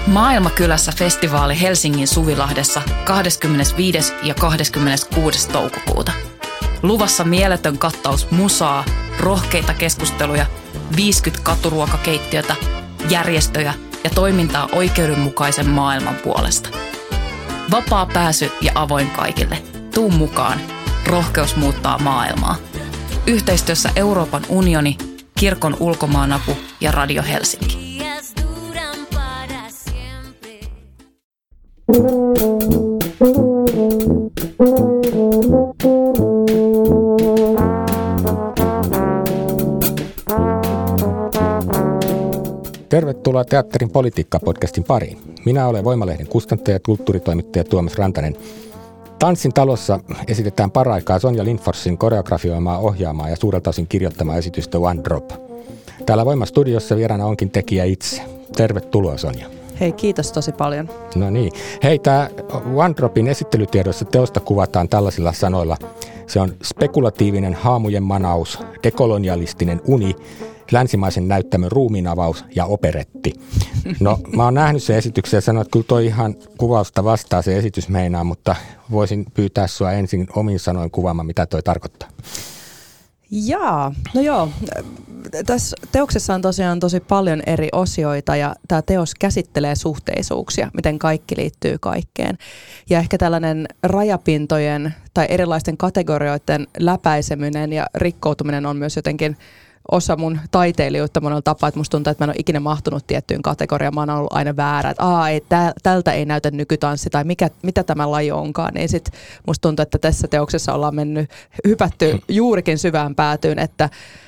Maailmakylässä festivaali Helsingin Suvilahdessa 25. ja 26. toukokuuta. Luvassa mieletön kattaus musaa, rohkeita keskusteluja, 50 katuruokakeittiötä, järjestöjä ja toimintaa oikeudenmukaisen maailman puolesta. Vapaa pääsy ja avoin kaikille. Tuu mukaan. Rohkeus muuttaa maailmaa. Yhteistyössä Euroopan unioni, Kirkon ulkomaanapu ja Radio Helsinki. Tervetuloa Teatterin politiikka-podcastin pariin. Minä olen Voimalehden kustantaja ja kulttuuritoimittaja Tuomas Rantanen. Tanssin talossa esitetään paraikaa Sonja Lindforsin koreografioimaa, ohjaamaa ja suurelta osin kirjoittamaa esitystä One Drop. Täällä Voima-studiossa vieraana onkin tekijä itse. Tervetuloa, Sonja. Hei, kiitos tosi paljon. No niin. Hei, tämä One Dropin esittelytiedoissa teosta kuvataan tällaisilla sanoilla. Se on spekulatiivinen haamujen manaus, dekolonialistinen uni, länsimaisen näyttämön ruumiinavaus ja operetti. No, mä oon nähnyt sen esityksen ja sanoin, että kyllä toi ihan kuvausta vastaa se esitys meinaa, mutta voisin pyytää sua ensin omin sanoin kuvaamaan, mitä toi tarkoittaa. No joo. Tässä teoksessa on tosiaan tosi paljon eri osioita ja tämä teos käsittelee suhteisuuksia, miten kaikki liittyy kaikkeen. Ja ehkä tällainen rajapintojen tai erilaisten kategorioiden läpäiseminen ja rikkoutuminen on myös jotenkin osa mun taiteilijuutta monella tapaa, että musta tuntuu, että mä en ole ikinä mahtunut tiettyyn kategoriaan, mä oon ollut aina väärä, että tältä ei näytä nykytanssi tai mitä tämä laji onkaan, niin sit musta tuntuu, että tässä teoksessa ollaan hypätty juurikin syvään päätyyn, että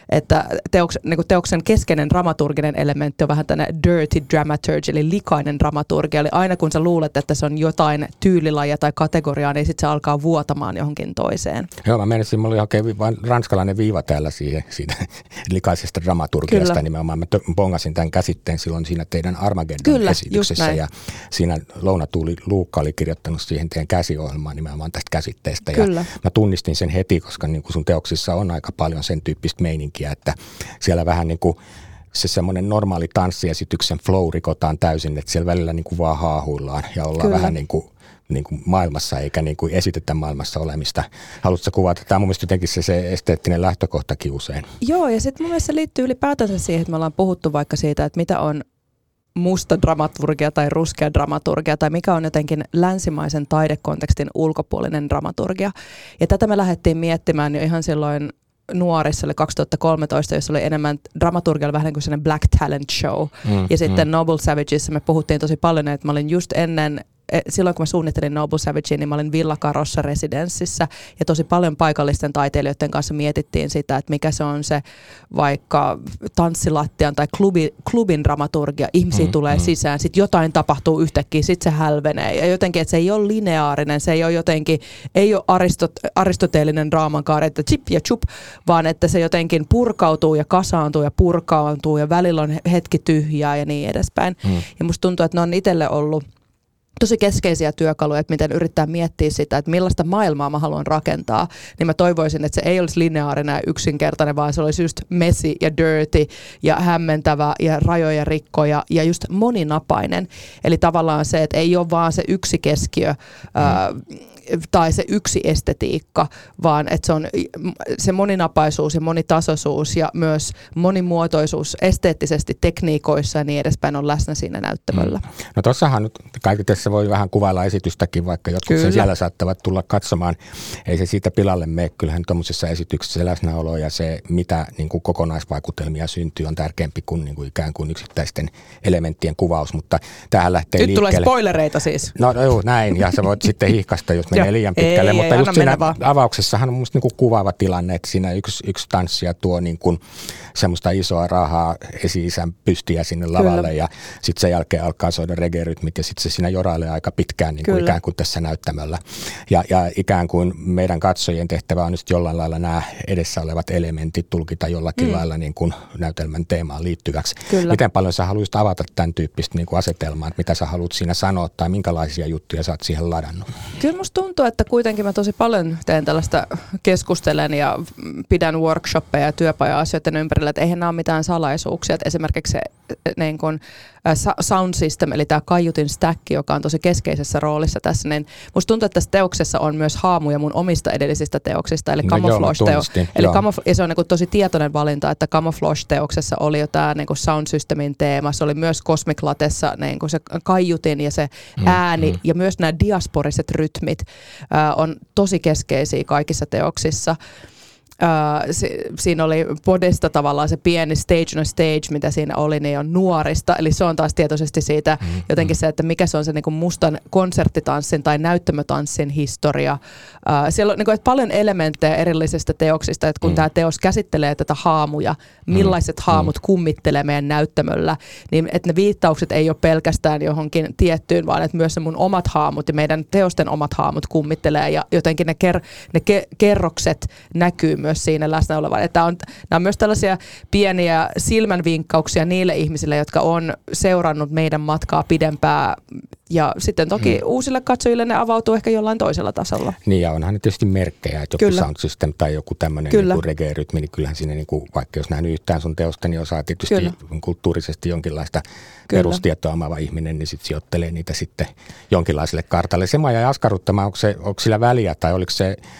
teoksen keskeinen dramaturginen elementti on vähän tämmöinen dirty dramaturgy, eli likainen dramaturgia. Eli aina kun sä luulet, että se on jotain tyylilajia tai kategoriaa, niin sitten se alkaa vuotamaan johonkin toiseen. Joo, mä menisin, mulla oli oikein vain ranskalainen viiva täällä siitä likaisesta dramaturgiasta. Kyllä. Nimenomaan mä bongasin tämän käsitteen silloin siinä teidän Armageddon-esityksessä. Ja siinä Lounatuuli Luukka oli kirjoittanut siihen teidän käsiohjelmaan nimenomaan tästä käsitteestä. Kyllä. Ja mä tunnistin sen heti, koska niin kuin sun teoksissa on aika paljon sen tyyppistä meininkiä, että siellä vähän niin kuin se semmoinen normaali tanssiesityksen flow rikotaan täysin, että siellä välillä niin kuin vaan haahuillaan ja ollaan Kyllä. vähän niin kuin maailmassa eikä niin kuin esitetä maailmassa olemista. Haluatko kuvata? Tämä on mun mielestä jotenkin se esteettinen lähtökohtakin usein. Joo, ja sitten mun mielestä se liittyy ylipäätänsä siihen, että me ollaan puhuttu vaikka siitä, että mitä on musta dramaturgia tai ruskea dramaturgia tai mikä on jotenkin länsimaisen taidekontekstin ulkopuolinen dramaturgia. Ja tätä me lähdettiin miettimään jo ihan silloin nuorissa, oli 2013, jossa oli enemmän dramaturgia, vähän niin kuin sellainen black talent show. Ja sitten Noble Savageissa me puhuttiin tosi paljon, että mä olin just silloin kun mä suunnittelin Noble Savagea, niin mä olin Villa Carossa residenssissä ja tosi paljon paikallisten taiteilijoiden kanssa mietittiin sitä, että mikä se on se vaikka tanssilattian tai klubin dramaturgia. Ihmisiä tulee sisään, sitten jotain tapahtuu yhtäkkiä, sitten se hälvenee ja jotenkin, että se ei ole lineaarinen, se ei ole jotenkin, ei ole aristoteellinen draamankaari, että chip ja chup, vaan että se jotenkin purkautuu ja kasaantuu ja purkautuu ja välillä on hetki tyhjää ja niin edespäin. Ja musta tuntuu, että ne on itselle ollut tosi keskeisiä työkaluja, että miten yrittää miettiä sitä, että millaista maailmaa mä haluan rakentaa, niin mä toivoisin, että se ei olisi lineaarinen ja yksinkertainen, vaan se olisi just messy ja dirty ja hämmentävä ja rajoja rikkoja ja just moninapainen. Eli tavallaan se, että ei ole vaan se yksi keskiö tai se yksi estetiikka, vaan että se on se moninapaisuus ja monitasoisuus ja myös monimuotoisuus esteettisesti tekniikoissa ja niin edespäin on läsnä siinä näyttämöllä. No tossahan nyt kaikki tässä voi vähän kuvailla esitystäkin, vaikka jotkut sen siellä saattavat tulla katsomaan. Ei se siitä pilalle mene. Kyllähän tuollaisessa esityksessä läsnäolo ja se, mitä niin kuin kokonaisvaikutelmia syntyy, on tärkeämpi kuin, ikään kuin yksittäisten elementtien kuvaus, mutta tämähän lähtee nyt liikkeelle. Nyt tulee spoilereita siis. No joo, näin, ja sä voit sitten hihkasta, jos menee liian pitkälle, mutta just siinä avauksessahan on musta niin kuin kuvaava tilanne, että siinä yksi tanssija tuo niin kuin semmoista isoa rahaa esi-isän pystiä sinne lavalle ja sitten sen jälkeen alkaa soida reggae-rytmit ja sitten se siinä jorailee aika pitkään niin kuin ikään kuin tässä näyttämöllä. Ja ikään kuin meidän katsojien tehtävä on nyt jollain lailla nämä edessä olevat elementit tulkita jollakin lailla niin kuin näytelmän teemaan liittyväksi. Kyllä. Miten paljon sä haluaisit avata tämän tyyppistä niin kuin asetelmaa, että mitä sä haluat siinä sanoa tai minkälaisia juttuja sä oot siihen ladannut? Kyllä musta tuntuu, että kuitenkin mä tosi paljon teen tällaista, keskustelen ja pidän workshoppeja ja työpaja-asioiden ympärillä, että eihän nämä ole mitään salaisuuksia. Että esimerkiksi se niin kun, sound system, eli tämä kaiutin stack, joka on tosi keskeisessä roolissa tässä, niin musta tuntuu, että tässä teoksessa on myös haamuja mun omista edellisistä teoksista, eli ja se on niin tosi tietoinen valinta, että Camouflage-teoksessa oli jo tämä niin sound systemin teema, se oli myös Cosmic Latessa niin se kaiutin ja se ääni ja myös nämä diasporiset rytmit on tosi keskeisiä kaikissa teoksissa. Siinä oli Podesta tavallaan se pieni Stage on a Stage, mitä siinä oli, niin on nuorista. Eli se on taas tietoisesti siitä jotenkin se, että mikä se on se niin kuin mustan konserttitanssin tai näyttämötanssin historia. Siellä on niin kuin, paljon elementtejä erillisistä teoksista, että kun tämä teos käsittelee tätä haamuja, millaiset haamut kummittelee meidän näyttämöllä, niin että ne viittaukset ei ole pelkästään johonkin tiettyyn, vaan että myös ne mun omat haamut ja meidän teosten omat haamut kummittelee ja jotenkin ne kerrokset näkyy myös siinä läsnä olevan. Nämä on myös tällaisia pieniä silmänvinkkauksia niille ihmisille, jotka on seurannut meidän matkaa pidempään. Ja sitten toki uusille katsojille ne avautuu ehkä jollain toisella tasolla. Niin ja onhan ne tietysti merkkejä, että joku sound system tai joku tämmöinen niin reggae-rytmi, niin kyllähän siinä, niin kuin, vaikka jos nähnyt yhtään sun teosta, niin osaa tietysti kulttuurisesti jonkinlaista perustietoa omaava ihminen, niin sitten sijoittelee niitä sitten jonkinlaiselle kartalle. Se mua jäi askarruttamaan, onko sillä väliä tai oliko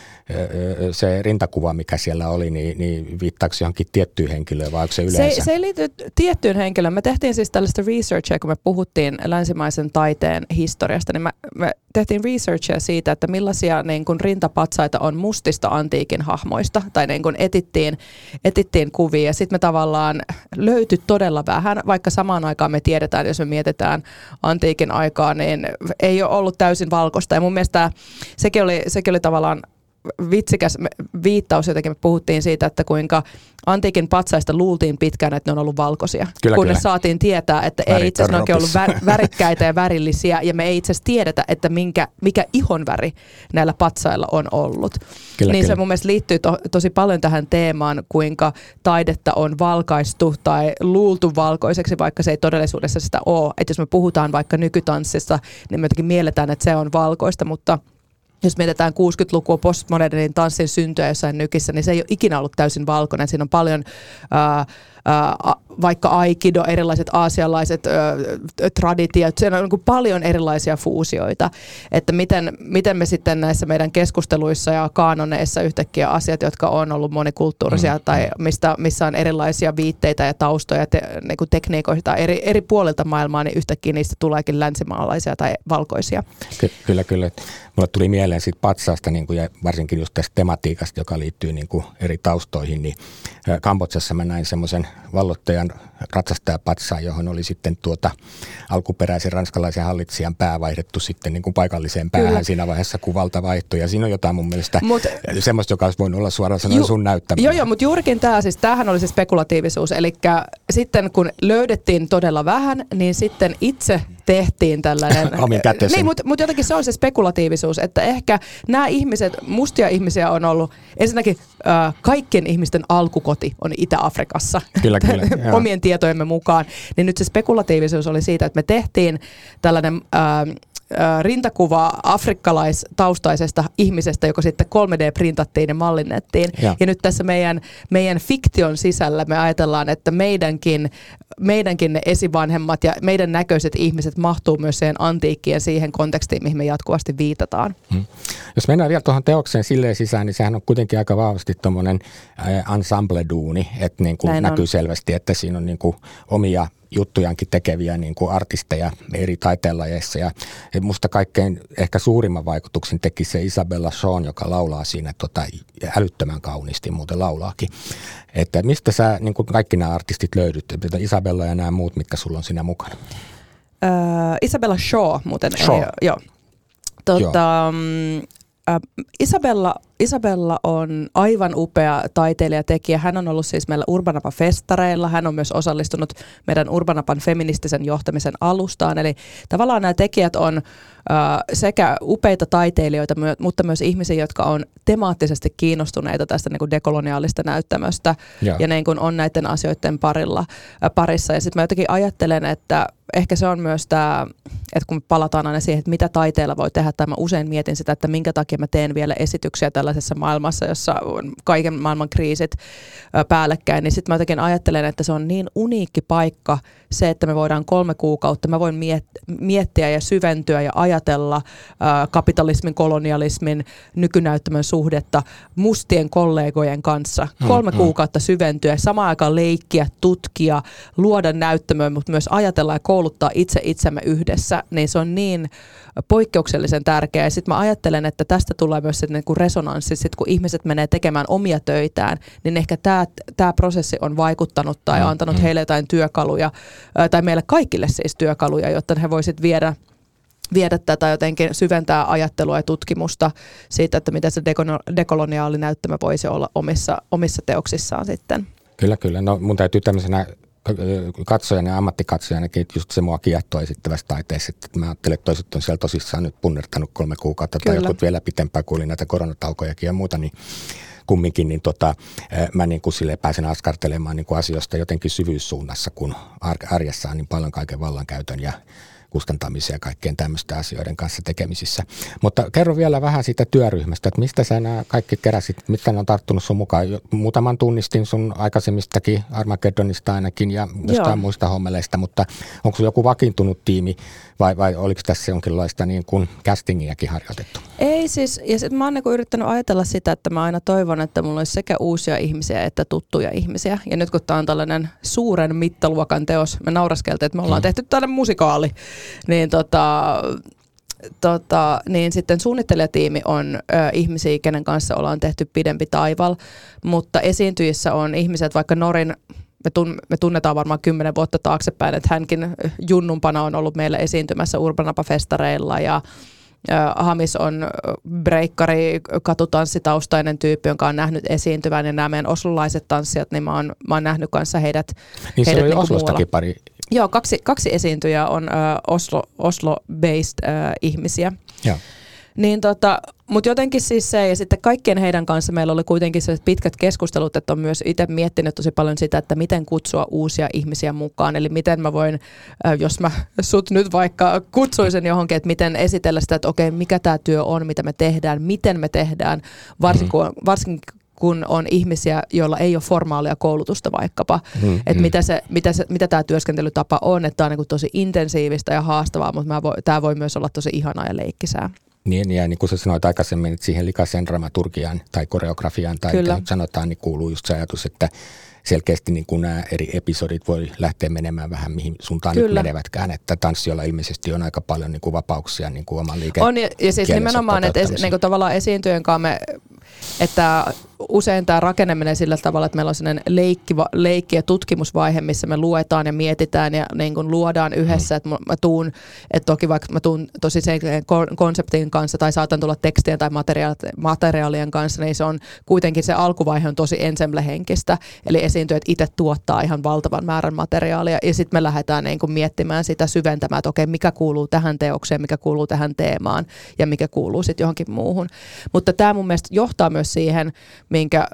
se rintakuva, mikä siellä oli, niin viittaako johonkin tiettyyn henkilöön vai onko se yleensä? Se ei liity tiettyyn henkilöön. Me tehtiin siis tällaista researchia, kun me puhuttiin länsimaisen taiteen historiasta, niin me tehtiin researchia siitä, että millaisia niin kuin rintapatsaita on mustista antiikin hahmoista, tai niin kuin etittiin kuvia. Sitten me tavallaan löytyi todella vähän, vaikka samaan aikaan me tiedetään, jos me mietitään antiikin aikaa, niin ei ole ollut täysin valkoista. Ja mun mielestä sekin oli tavallaan vitsikäs viittaus, jotenkin me puhuttiin siitä, että kuinka antiikin patsaista luultiin pitkään, että ne on ollut valkoisia. Kunnes saatiin tietää, että ei itse asiassa oikein ollut värikkäitä ja värillisiä, ja me ei itse asiassa tiedetä, että mikä ihonväri näillä patsailla on ollut. Se mun mielestä liittyy tosi paljon tähän teemaan, kuinka taidetta on valkaistu tai luultu valkoiseksi, vaikka se ei todellisuudessa sitä ole. Että jos me puhutaan vaikka nykytanssissa, niin me jotenkin mielletään, että se on valkoista, mutta jos mietitään 60-lukua postmodernin tanssin syntyä jossain nykissä, niin se ei ole ikinä ollut täysin valkoinen. Siinä on paljon vaikka aikido, erilaiset aasialaiset traditiot, siinä on niin kuin paljon erilaisia fuusioita, että miten me sitten näissä meidän keskusteluissa ja kaanoneissa yhtäkkiä asiat, jotka on ollut monikulttuurisia tai missä on erilaisia viitteitä ja taustoja niin kuin tekniikoita eri puolilta maailmaa, niin yhtäkkiä niistä tuleekin länsimaalaisia tai valkoisia. Kyllä. Mulle tuli mieleen siitä patsaasta niin kuin, ja varsinkin just tästä tematiikasta, joka liittyy niin kuin eri taustoihin, niin Kambodsassa mä näin semmoisen valloittajan ratsastajapatsaan, johon oli sitten alkuperäisen ranskalaisen hallitsijan pää vaihdettu sitten niin kuin paikalliseen päähän siinä vaiheessa, kun valta vaihtui. Ja siinä on jotain mun mielestä semmoista, joka olisi voinut olla suoraan sanoen sun näyttämällä. Joo, mutta juurikin tämähän oli se spekulatiivisuus. Eli sitten kun löydettiin todella vähän, niin sitten itse tehtiin tällainen. Omin kätensä. Niin, mutta jotenkin se on se spekulatiivisuus, että ehkä nämä ihmiset, mustia ihmisiä on ollut, ensinnäkin kaikkien ihmisten alkukoti on Itä-Afrikassa. Kyllä. Omien tietojemme mukaan. Niin nyt se spekulatiivisuus oli siitä, että me tehtiin tällainen rintakuva afrikkalaistaustaisesta ihmisestä, joka sitten 3D-printattiin ja mallinnettiin. Ja nyt tässä meidän fiktion sisällä me ajatellaan, että meidänkin ne esivanhemmat ja meidän näköiset ihmiset mahtuu myös siihen antiikkiin ja siihen kontekstiin, mihin me jatkuvasti viitataan. Jos mennään vielä tuohon teokseen silleen sisään, niin sehän on kuitenkin aika vahvasti tuommoinen ensemble-duuni, että niin kuin näkyy selvästi, että siinä on niin kuin omia juttujankin tekeviä niin kuin artisteja eri taiteenlajeissa. Ja musta kaikkein ehkä suurimman vaikutuksen teki se Isabella Shaw, joka laulaa siinä älyttömän kauniisti, muuten laulaakin. Että mistä sä niin kuin kaikki nämä artistit löydyt? Isabella ja nämä muut, mitkä sulla on siinä mukana? Isabella Shaw muuten. Joo. Isabella Isabella on aivan upea taiteilijatekijä. Hän on ollut siis meillä Urbanapa-festareilla. Hän on myös osallistunut meidän Urbanapan feministisen johtamisen alustaan. Eli tavallaan nämä tekijät on sekä upeita taiteilijoita, mutta myös ihmisiä, jotka on temaattisesti kiinnostuneita tästä niin kuin dekoloniaalista näyttämöstä ja niin kuin on näiden asioiden parissa. Ja sitten mä jotenkin ajattelen, että ehkä se on myös tämä, että kun palataan aina siihen, että mitä taiteella voi tehdä, tai mä usein mietin sitä, että minkä takia mä teen vielä esityksiä tällaisessa maailmassa, jossa on kaiken maailman kriisit päällekkäin, niin sitten mä jotenkin ajattelen, että se on niin uniikki paikka se, että me voidaan 3 kuukautta, mä voin miettiä ja syventyä ja ajatella kapitalismin, kolonialismin, nykynäyttämön suhdetta mustien kollegojen kanssa. 3 kuukautta syventyä, samaan aikaan leikkiä, tutkia, luoda näyttämöön, mutta myös ajatella ja kouluttaa itsemme yhdessä, niin se on niin poikkeuksellisen tärkeää. Ja sitten mä ajattelen, että tästä tulee myös se niinku resonanssi, sit kun ihmiset menee tekemään omia töitään, niin ehkä tämä prosessi on vaikuttanut tai antanut heille jotain työkaluja, tai meille kaikille siis työkaluja, jotta he voisivat viedä tätä jotenkin, syventää ajattelua ja tutkimusta siitä, että mitä se dekoloniaali näyttämö voisi olla omissa teoksissaan sitten. Kyllä. No mun täytyy tämmöisenä katsojana ja ammattikatsojanakin just se mua kiehtoo esittävässä taiteessa, että mä ajattelen, että toiset on siellä tosissaan nyt punnertanut 3 kuukautta tai jotkut vielä pitempään, kun oli näitä koronataukojakin ja muuta, niin kumminkin niin mä niin kuin silleen pääsen askartelemaan niin kuin asioista jotenkin syvyyssuunnassa, kun arjessa on niin paljon kaiken vallankäytön ja kustantamisia ja kaikkien tämmöisten asioiden kanssa tekemisissä. Mutta kerro vielä vähän siitä työryhmästä, että mistä sä nämä kaikki keräsit, mistä ne on tarttunut sun mukaan? Muutaman tunnistin sun aikaisemmistakin, Armageddonista ainakin ja jostain muista hommeleista, mutta onko sulla joku vakiintunut tiimi vai oliko tässä jonkinlaista niin kuin castingiakin harjoitettu? Ei siis, ja sit mä oon niinku yrittänyt ajatella sitä, että mä aina toivon, että mulla olisi sekä uusia ihmisiä että tuttuja ihmisiä. Ja nyt kun tää on tällainen suuren mittaluokan teos, me nauraskeltiin, että me ollaan tehty tällainen musikaali, niin niin sitten suunnittelijatiimi on ihmisiä, kenen kanssa ollaan tehty pidempi taival, mutta esiintyjissä on ihmiset, vaikka Norin, me tunnetaan varmaan 10 vuotta taaksepäin, että hänkin junnumpana on ollut meillä esiintymässä Urbanapa-festareilla ja Hamis on breikkari, katutanssitaustainen tyyppi, jonka on nähnyt esiintyvän ja nämä meidän oslolaiset tanssijat, niin mä oon nähnyt kanssa heidät. Niin se oli Oslostakin pari. Joo, kaksi esiintyjää on Oslo-based ihmisiä. Joo. Niin mutta jotenkin siis se, ja sitten kaikkien heidän kanssa meillä oli kuitenkin sellaiset pitkät keskustelut, että on myös itse miettinyt tosi paljon sitä, että miten kutsua uusia ihmisiä mukaan. Eli miten mä voin, jos mä sut nyt vaikka kutsuisin johonkin, että miten esitellä sitä, että okei, mikä tämä työ on, mitä me tehdään, miten me tehdään, varsinkin kun on ihmisiä, joilla ei ole formaalia koulutusta vaikkapa, että mitä tämä työskentelytapa on, että tämä on niin kuin tosi intensiivistä ja haastavaa, mutta tämä voi myös olla tosi ihanaa ja leikkisää. Niin kuin sä sanoit aikaisemmin, että siihen likaiseen dramaturgiaan tai koreografiaan tai mitä nyt sanotaan, niin kuuluu just se ajatus, että selkeästi niin kuin nämä eri episodit voi lähteä menemään vähän mihin suuntaan nyt menevätkään, että tanssijoilla ilmeisesti on aika paljon niin kuin vapauksia niin kuin oman liikekielensä on, ja siis nimenomaan, että niin kuin tavallaan esiintyjen kanssa että usein tämä rakenne menee sillä tavalla, että meillä on sellainen leikki- ja tutkimusvaihe, missä me luetaan ja mietitään ja niin kuin luodaan yhdessä, että toki vaikka mä tuun tosi sen konseptin kanssa tai saatan tulla tekstien tai materiaalien kanssa, niin se on kuitenkin se alkuvaihe on tosi ensemble-henkistä, eli esiintyjät itse tuottaa ihan valtavan määrän materiaalia ja sitten me lähdetään niin kuin miettimään sitä syventämään, että okei, mikä kuuluu tähän teokseen, mikä kuuluu tähän teemaan ja mikä kuuluu sitten johonkin muuhun. Mutta tämä mun mielestä johtaa myös siihen, minkä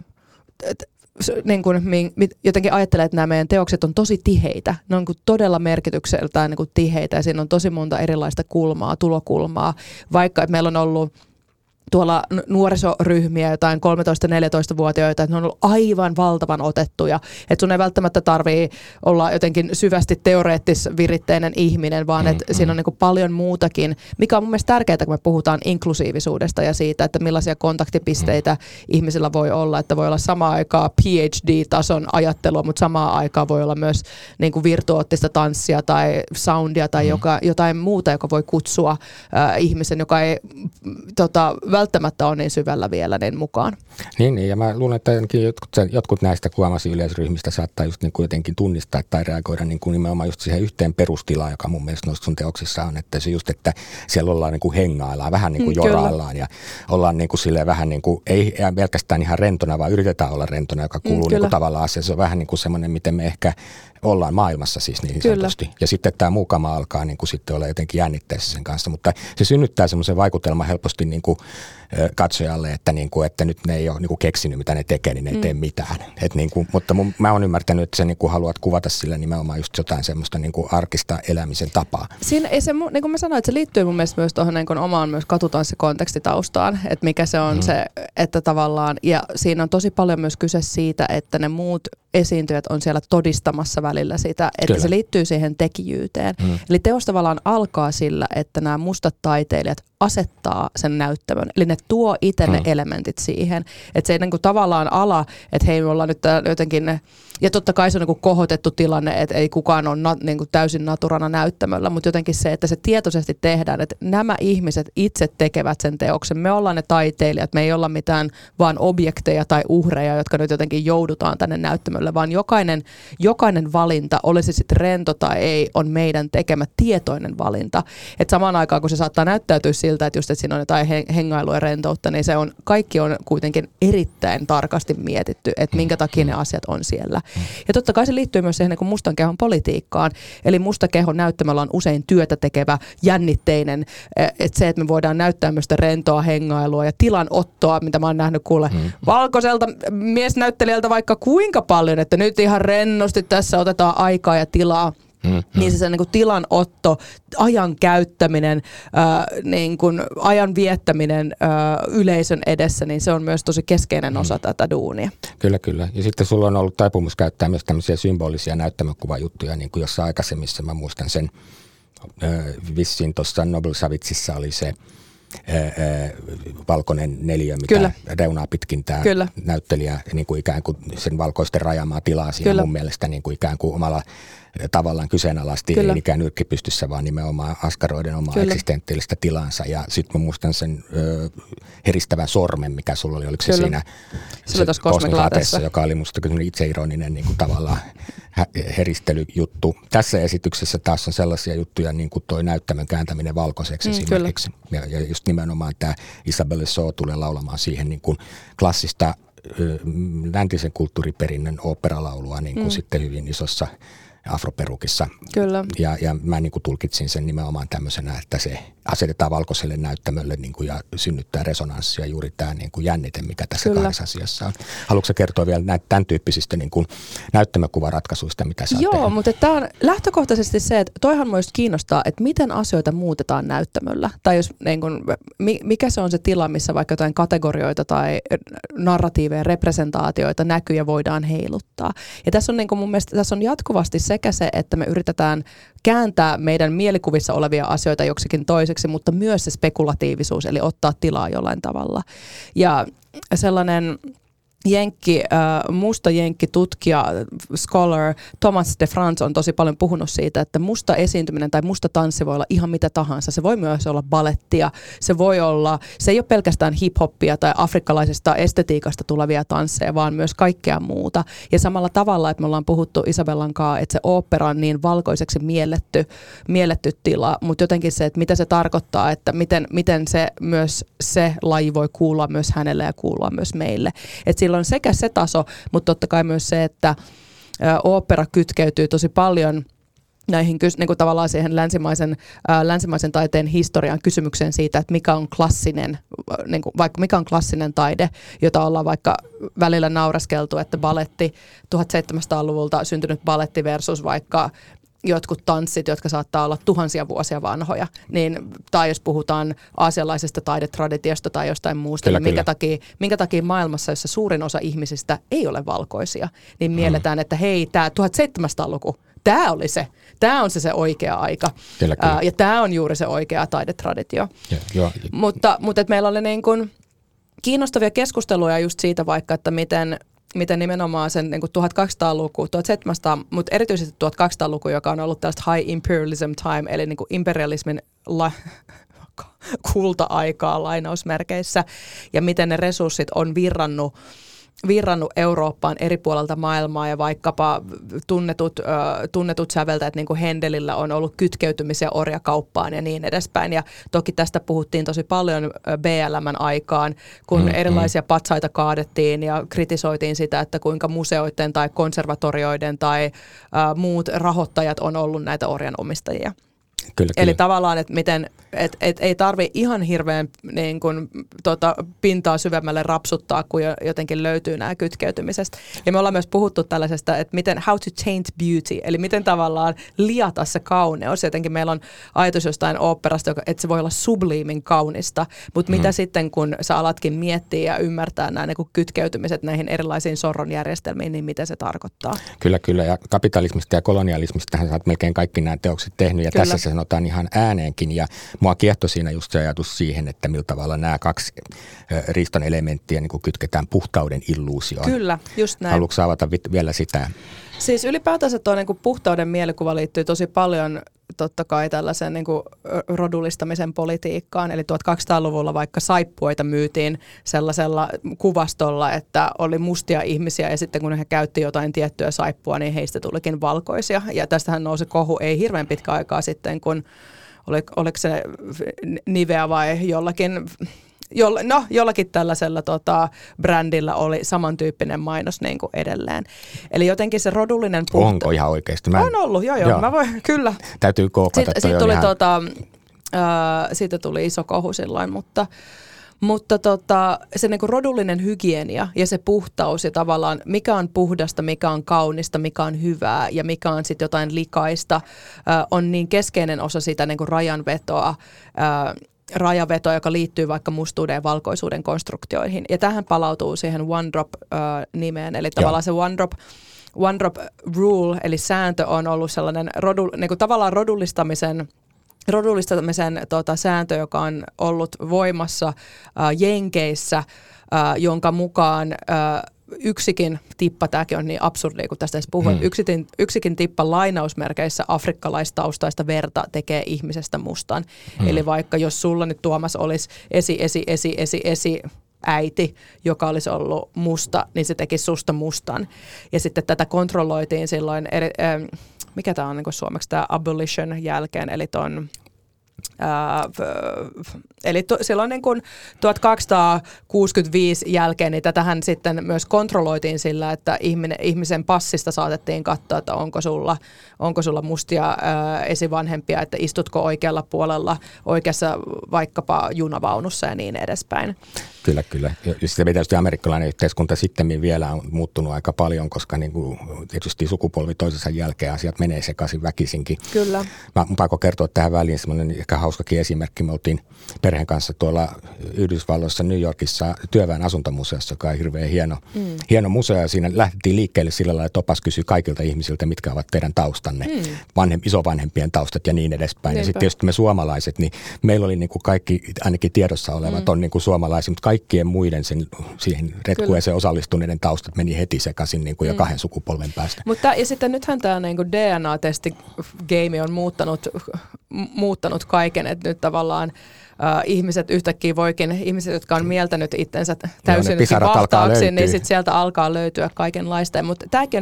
niin kuin, jotenkin ajattelee, että nämä meidän teokset on tosi tiheitä. Ne on niin todella merkitykseltään niin tiheitä ja siinä on tosi monta erilaista tulokulmaa. Vaikka että meillä on ollut tuolla nuorisoryhmiä, jotain 13-14-vuotiaita, että ne on ollut aivan valtavan otettuja. Että sun ei välttämättä tarvii olla jotenkin syvästi teoreettis-viritteinen ihminen, vaan että siinä on niin kuin paljon muutakin, mikä on mun mielestä tärkeää, kun me puhutaan inklusiivisuudesta ja siitä, että millaisia kontaktipisteitä ihmisillä voi olla. Että voi olla samaan aikaan PhD-tason ajattelua, mutta samaan aikaan voi olla myös niin kuin virtuoottista tanssia tai soundia tai jotain muuta, joka voi kutsua ihmisen, joka ei välttämättä ole niin syvällä vielä niin mukaan. Niin, ja mä luulen, että jotkut näistä kuvaamasi yleisryhmistä saattaa just niin kuin jotenkin tunnistaa tai reagoida niin kuin nimenomaan just siihen yhteen perustilaan, joka mun mielestä noissa sun teoksissa on, että se just, että siellä ollaan niin kuin hengaillaan, vähän niin kuin joraillaan ja ollaan niin kuin silleen vähän niin kuin, ei pelkästään ihan rentona, vaan yritetään olla rentona, joka kuuluu niin kuin tavallaan asiaan. Se on vähän niin kuin semmoinen, miten me ehkä ollaan maailmassa siis niin sanotusti. Ja sitten tämä muu kama alkaa niin kuin sitten olla jotenkin jännitteessä sen kanssa, mutta se synnyttää semmoisen vaikutelman helposti niin kuin katsojalle, että nyt ne ei ole niin kuin keksinyt, mitä ne tekee, niin ne ei tee mitään. Mutta mä oon ymmärtänyt, että sä niin kuin haluat kuvata sillä nimenomaan just jotain semmoista niin kuin arkista elämisen tapaa. Siinä ei se, niin kuin mä sanoin, että se liittyy mun mielestä myös tuohon niin kuin omaan myös katutanssikontekstitaustaan, että mikä se on se, että tavallaan, ja siinä on tosi paljon myös kyse siitä, että ne muut esiintyjät on siellä todistamassa välillä sitä, että Kyllä. se liittyy siihen tekijyyteen. Eli teos tavallaan alkaa sillä, että nämä mustat taiteilijat asettaa sen näyttämön. Eli ne tuo itse ne elementit siihen. Että se ei niin kuin tavallaan ala, että hei me ollaan nyt jotenkin, ja totta kai se on niin kuin kohotettu tilanne, että ei kukaan ole niin kuin täysin naturana näyttämöllä, mutta jotenkin se, että se tietoisesti tehdään, että nämä ihmiset itse tekevät sen teoksen. Me ollaan ne taiteilijat, me ei olla mitään vaan objekteja tai uhreja, jotka nyt jotenkin joudutaan tänne näyttämölle, vaan jokainen valinta, olisi sitten rento tai ei, on meidän tekemä tietoinen valinta. Että samaan aikaan, kun se saattaa näyttäytyä siltä, että just että siinä on jotain hengailua ja rentoutta, niin kaikki on kuitenkin erittäin tarkasti mietitty, että minkä takia ne asiat on siellä. Ja totta kai se liittyy myös siihen niin kuin mustan kehon politiikkaan. Eli musta kehon näyttämällä on usein työtä tekevä, jännitteinen. Että se, että me voidaan näyttää myös sitä rentoa, hengailua ja tilanottoa, mitä mä oon nähnyt kuule valkoiselta miesnäyttelijältä vaikka kuinka paljon, että nyt ihan rennosti tässä otetaan aikaa ja tilaa. Niin se niin kuin tilanotto, ajan käyttäminen, niin kuin ajan viettäminen yleisön edessä, niin se on myös tosi keskeinen osa tätä duunia. Kyllä. Ja sitten sulla on ollut taipumus käyttää myös tämmöisiä symbolisia näyttämökuvajuttuja, niin kuin jossain aikaisemmissa, mä muistan sen, vissiin tuossa Nobel-Savitsissa oli se valkoinen neliö, mitä Kyllä. reunaa pitkin tämä näyttelijä niin kuin ikään kuin sen valkoisten rajaamaa tilaa siinä mun mielestä niin kuin ikään kuin omalla tavallaan kyseenalaisti, ei ikään nyrkki pystyssä, vaan nimenomaan askaroiden omaa eksistentiaalista tilansa. Ja sitten mä muistan sen heristävän sormen, mikä sulla oli, oliko se siinä Kosmik-lateessa, joka oli musta itseironinen niin kuin tavallaan heristelyjuttu. Tässä esityksessä taas on sellaisia juttuja, niin kuin toi näyttämön kääntäminen valkoiseksi esimerkiksi. Ja just nimenomaan tämä Isabelle Soo tulee laulamaan siihen niin kuin klassista läntisen kulttuuriperinnön oopperalaulua niin kuin sitten hyvin isossa afroperukissa. Kyllä. Ja mä niin kuin tulkitsin sen nimenomaan tämmöisenä, että se asetetaan valkoiselle näyttämölle niin kuin, ja synnyttää resonanssia juuri tämä niin kuin jännite, mikä tässä kahdessa asiassa on. Haluatko kertoa vielä tämän tyyppisistä niin kuin näyttämökuvaratkaisuista, mitä sä oot tehnyt? Mutta tämä on lähtökohtaisesti se, että toihan myös kiinnostaa, että miten asioita muutetaan näyttämöllä. Tai jos, niin kuin, mikä se on se tila, missä vaikka jotain kategorioita tai narratiiveja, representaatioita, näkyjä voidaan heiluttaa. Ja tässä on niin kuin mun mielestä tässä on jatkuvasti sekä se, että me yritetään kääntää meidän mielikuvissa olevia asioita joksikin toiseksi, mutta myös se spekulatiivisuus, eli ottaa tilaa jollain tavalla. Ja sellainen musta jenkkitutkija, scholar Thomas de France on tosi paljon puhunut siitä, että musta esiintyminen tai musta tanssi voi olla ihan mitä tahansa. Se voi myös olla balettia, se ei ole pelkästään hip-hoppia tai afrikkalaisesta estetiikasta tulevia tansseja, vaan myös kaikkea muuta. Ja samalla tavalla, että me ollaan puhuttu Isabellan kanssa, että se ooppera on niin valkoiseksi mielletty tila, mutta jotenkin se, että mitä se tarkoittaa, että miten se laji voi kuulua myös hänelle ja kuulua myös meille. Että silloin sekä se taso, mutta totta kai myös se, että ooppera kytkeytyy tosi paljon näihin niin kuin tavallaan siihen länsimaisen taiteen historian kysymykseen siitä, että mikä on klassinen, niin kuin, vaikka mikä on klassinen taide, jota ollaan vaikka välillä nauraskeltu, että baletti 1700-luvulta syntynyt baletti versus vaikka jotkut tanssit, jotka saattaa olla tuhansia vuosia vanhoja, tai jos puhutaan aasialaisesta taidetraditiosta tai jostain muusta, niin minkä takia maailmassa, jossa suurin osa ihmisistä ei ole valkoisia, niin mielletään, että hei, tämä 1700-luku, tämä on se oikea aika. Kyllä. Ja tämä on juuri se oikea taidetraditio. Mutta et meillä oli niin kuin kiinnostavia keskusteluja just siitä vaikka, että miten nimenomaan sen niin kuin 1200-luku, 1700, mutta erityisesti 1200-luku, joka on ollut tällaista high imperialism time, eli niin kuin imperialismin kulta-aikaa lainausmerkeissä ja miten ne resurssit on virrannut Eurooppaan eri puolelta maailmaa ja vaikkapa tunnetut säveltäjät niin kuin Händelillä on ollut kytkeytymisiä orjakauppaan ja niin edespäin. Ja toki tästä puhuttiin tosi paljon BLM:n aikaan, kun erilaisia patsaita kaadettiin ja kritisoitiin sitä, että kuinka museoiden tai konservatorioiden tai muut rahoittajat on ollut näitä orjanomistajia. Kyllä. Eli tavallaan, että miten ei tarvitse ihan hirveän niin kuin, pintaa syvemmälle rapsuttaa, kun jotenkin löytyy nämä kytkeytymisestä. Ja me ollaan myös puhuttu tällaisesta, että miten how to taint beauty, eli miten tavallaan liata se kauneus. Jotenkin meillä on ajatus jostain oopperasta, että se voi olla subliimin kaunista, mutta mitä sitten, kun sä alatkin miettiä ja ymmärtää nämä niin kuin kytkeytymiset näihin erilaisiin sorronjärjestelmiin, niin mitä se tarkoittaa? Kyllä. Ja kapitalismista ja kolonialismista sä oot melkein kaikki nämä teokset tehnyt, ja tässä se sanotaan ihan ääneenkin, ja mua kiehtoi siinä just se ajatus siihen, että millä tavalla nämä kaksi Riiston elementtiä niin kuin kytketään puhtauden illuusioon. Kyllä, just näin. Haluatko avata vielä sitä? Siis ylipäätänsä tuo niin kuin puhtauden mielikuva liittyy tosi paljon totta kai tällaisen niin kuin rodullistamisen politiikkaan. Eli 1200-luvulla vaikka saippuoita myytiin sellaisella kuvastolla, että oli mustia ihmisiä ja sitten kun he käytti jotain tiettyä saippua, niin heistä tulikin valkoisia. Ja tästähän nousi kohu ei hirveän pitkä aikaa sitten, kun oliko se Nivea vai jollakin tällaisella brändillä oli samantyyppinen mainos niin kuin edelleen. Eli jotenkin se rodullinen Onko ihan oikeasti? On ollut, joo. Mä voin, kyllä. Täytyy kookata. Siitä tuli iso kohu silloin, mutta se niin kuin rodullinen hygienia ja se puhtaus ja tavallaan mikä on puhdasta, mikä on kaunista, mikä on hyvää ja mikä on sitten jotain likaista, on niin keskeinen osa sitä niin kuin rajanvetoa, joka liittyy vaikka mustuuden ja valkoisuuden konstruktioihin. Ja tähän palautuu siihen One Drop-nimeen, eli tavallaan se One Drop Rule, eli sääntö on ollut sellainen niin kuin tavallaan rodullistamisen sääntö, joka on ollut voimassa Jenkeissä, jonka mukaan yksikin tippa, tämäkin on niin absurdia, kun tästä edes puhun, yksikin tippa lainausmerkeissä afrikkalaistaustaista verta tekee ihmisestä mustan. Eli vaikka jos sulla nyt Tuomas olisi esi äiti, joka olisi ollut musta, niin se teki susta mustan. Ja sitten tätä kontrolloitiin silloin, mikä tämä on niin kuin suomeksi, tämä abolition jälkeen, eli silloin niin kuin 1265 jälkeen, niin tätähän sitten myös kontrolloitiin sillä, että ihmisen passista saatettiin katsoa, että onko sulla mustia esivanhempia, että istutko oikealla puolella oikeassa vaikkapa junavaunussa ja niin edespäin. Kyllä. Ja sitten tietysti amerikkalainen yhteiskunta sitten vielä on muuttunut aika paljon, koska niin kuin tietysti sukupolvi toisensa jälkeen asiat menee sekaisin väkisinkin. Kyllä. Mä pakko kertoa tähän väliin semmoinen ehkä hauskakin esimerkki. Me oltiin perheen kanssa tuolla Yhdysvalloissa New Yorkissa työväen asuntomuseossa, joka on hirveän hieno museo. Ja siinä lähdettiin liikkeelle sillä lailla, että opas kysyi kaikilta ihmisiltä, mitkä ovat teidän taustanne, isovanhempien taustat ja niin edespäin. Niinpä. Ja sitten tietysti me suomalaiset, niin meillä oli niin kuin kaikki ainakin tiedossa olevat on niin kuin suomalaisia, mutta kaikkien muiden siihen retkueeseen osallistuneiden taustat meni heti sekaisin niin kuin jo 2 sukupolven päästä. Mutta ja sitten nythän tämä niin kuin DNA-testi-game on muuttanut kaiken, että nyt tavallaan ihmiset yhtäkkiä ihmiset, jotka on mieltänyt itsensä täysin vahtaaksi, niin sitten sieltä alkaa löytyä kaikenlaista. Mutta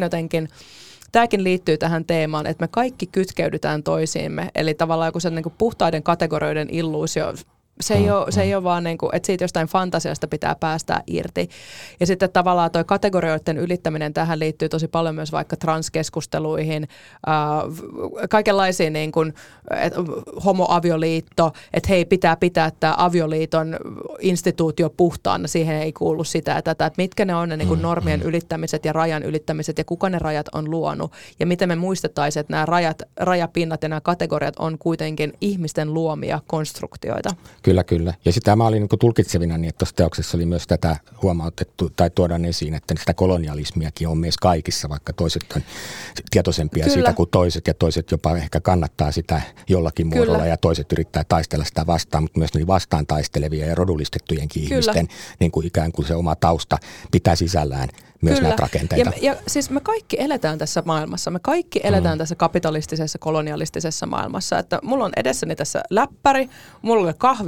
tämäkin liittyy tähän teemaan, että me kaikki kytkeydytään toisiimme, eli tavallaan joku se niin kuin puhtaiden kategorioiden illuusio. Se ei ole vaan, niin kuin, että siitä jostain fantasiasta pitää päästää irti. Ja sitten tavallaan tuo kategorioiden ylittäminen tähän liittyy tosi paljon myös vaikka transkeskusteluihin, kaikenlaisiin niin kuin, homoavioliitto, että hei, pitää pitää tämä avioliiton instituutio puhtaana, siihen ei kuulu sitä ja tätä, että mitkä ne on ne niin kuin normien ylittämiset ja rajan ylittämiset ja kuka ne rajat on luonut. Ja miten me muistettaisiin, että nämä rajapinnat ja nämä kategoriat on kuitenkin ihmisten luomia konstruktioita. Kyllä. Ja sitä mä olin niin kuin tulkitsevina, niin että tuossa teoksessa oli myös tätä huomautettu tai tuodaan esiin, että sitä kolonialismiakin on meissä kaikissa, vaikka toiset on tietoisempia siitä kuin toiset ja toiset jopa ehkä kannattaa sitä jollakin muodolla ja toiset yrittää taistella sitä vastaan, mutta myös niin vastaan taistelevia ja rodullistettujenkin ihmisten niin kuin ikään kuin se oma tausta pitää sisällään myös näitä rakenteita. Ja siis me kaikki eletään tässä maailmassa, me kaikki eletään tässä kapitalistisessa, kolonialistisessa maailmassa, että mulla on edessäni tässä läppäri, mulla on kahvia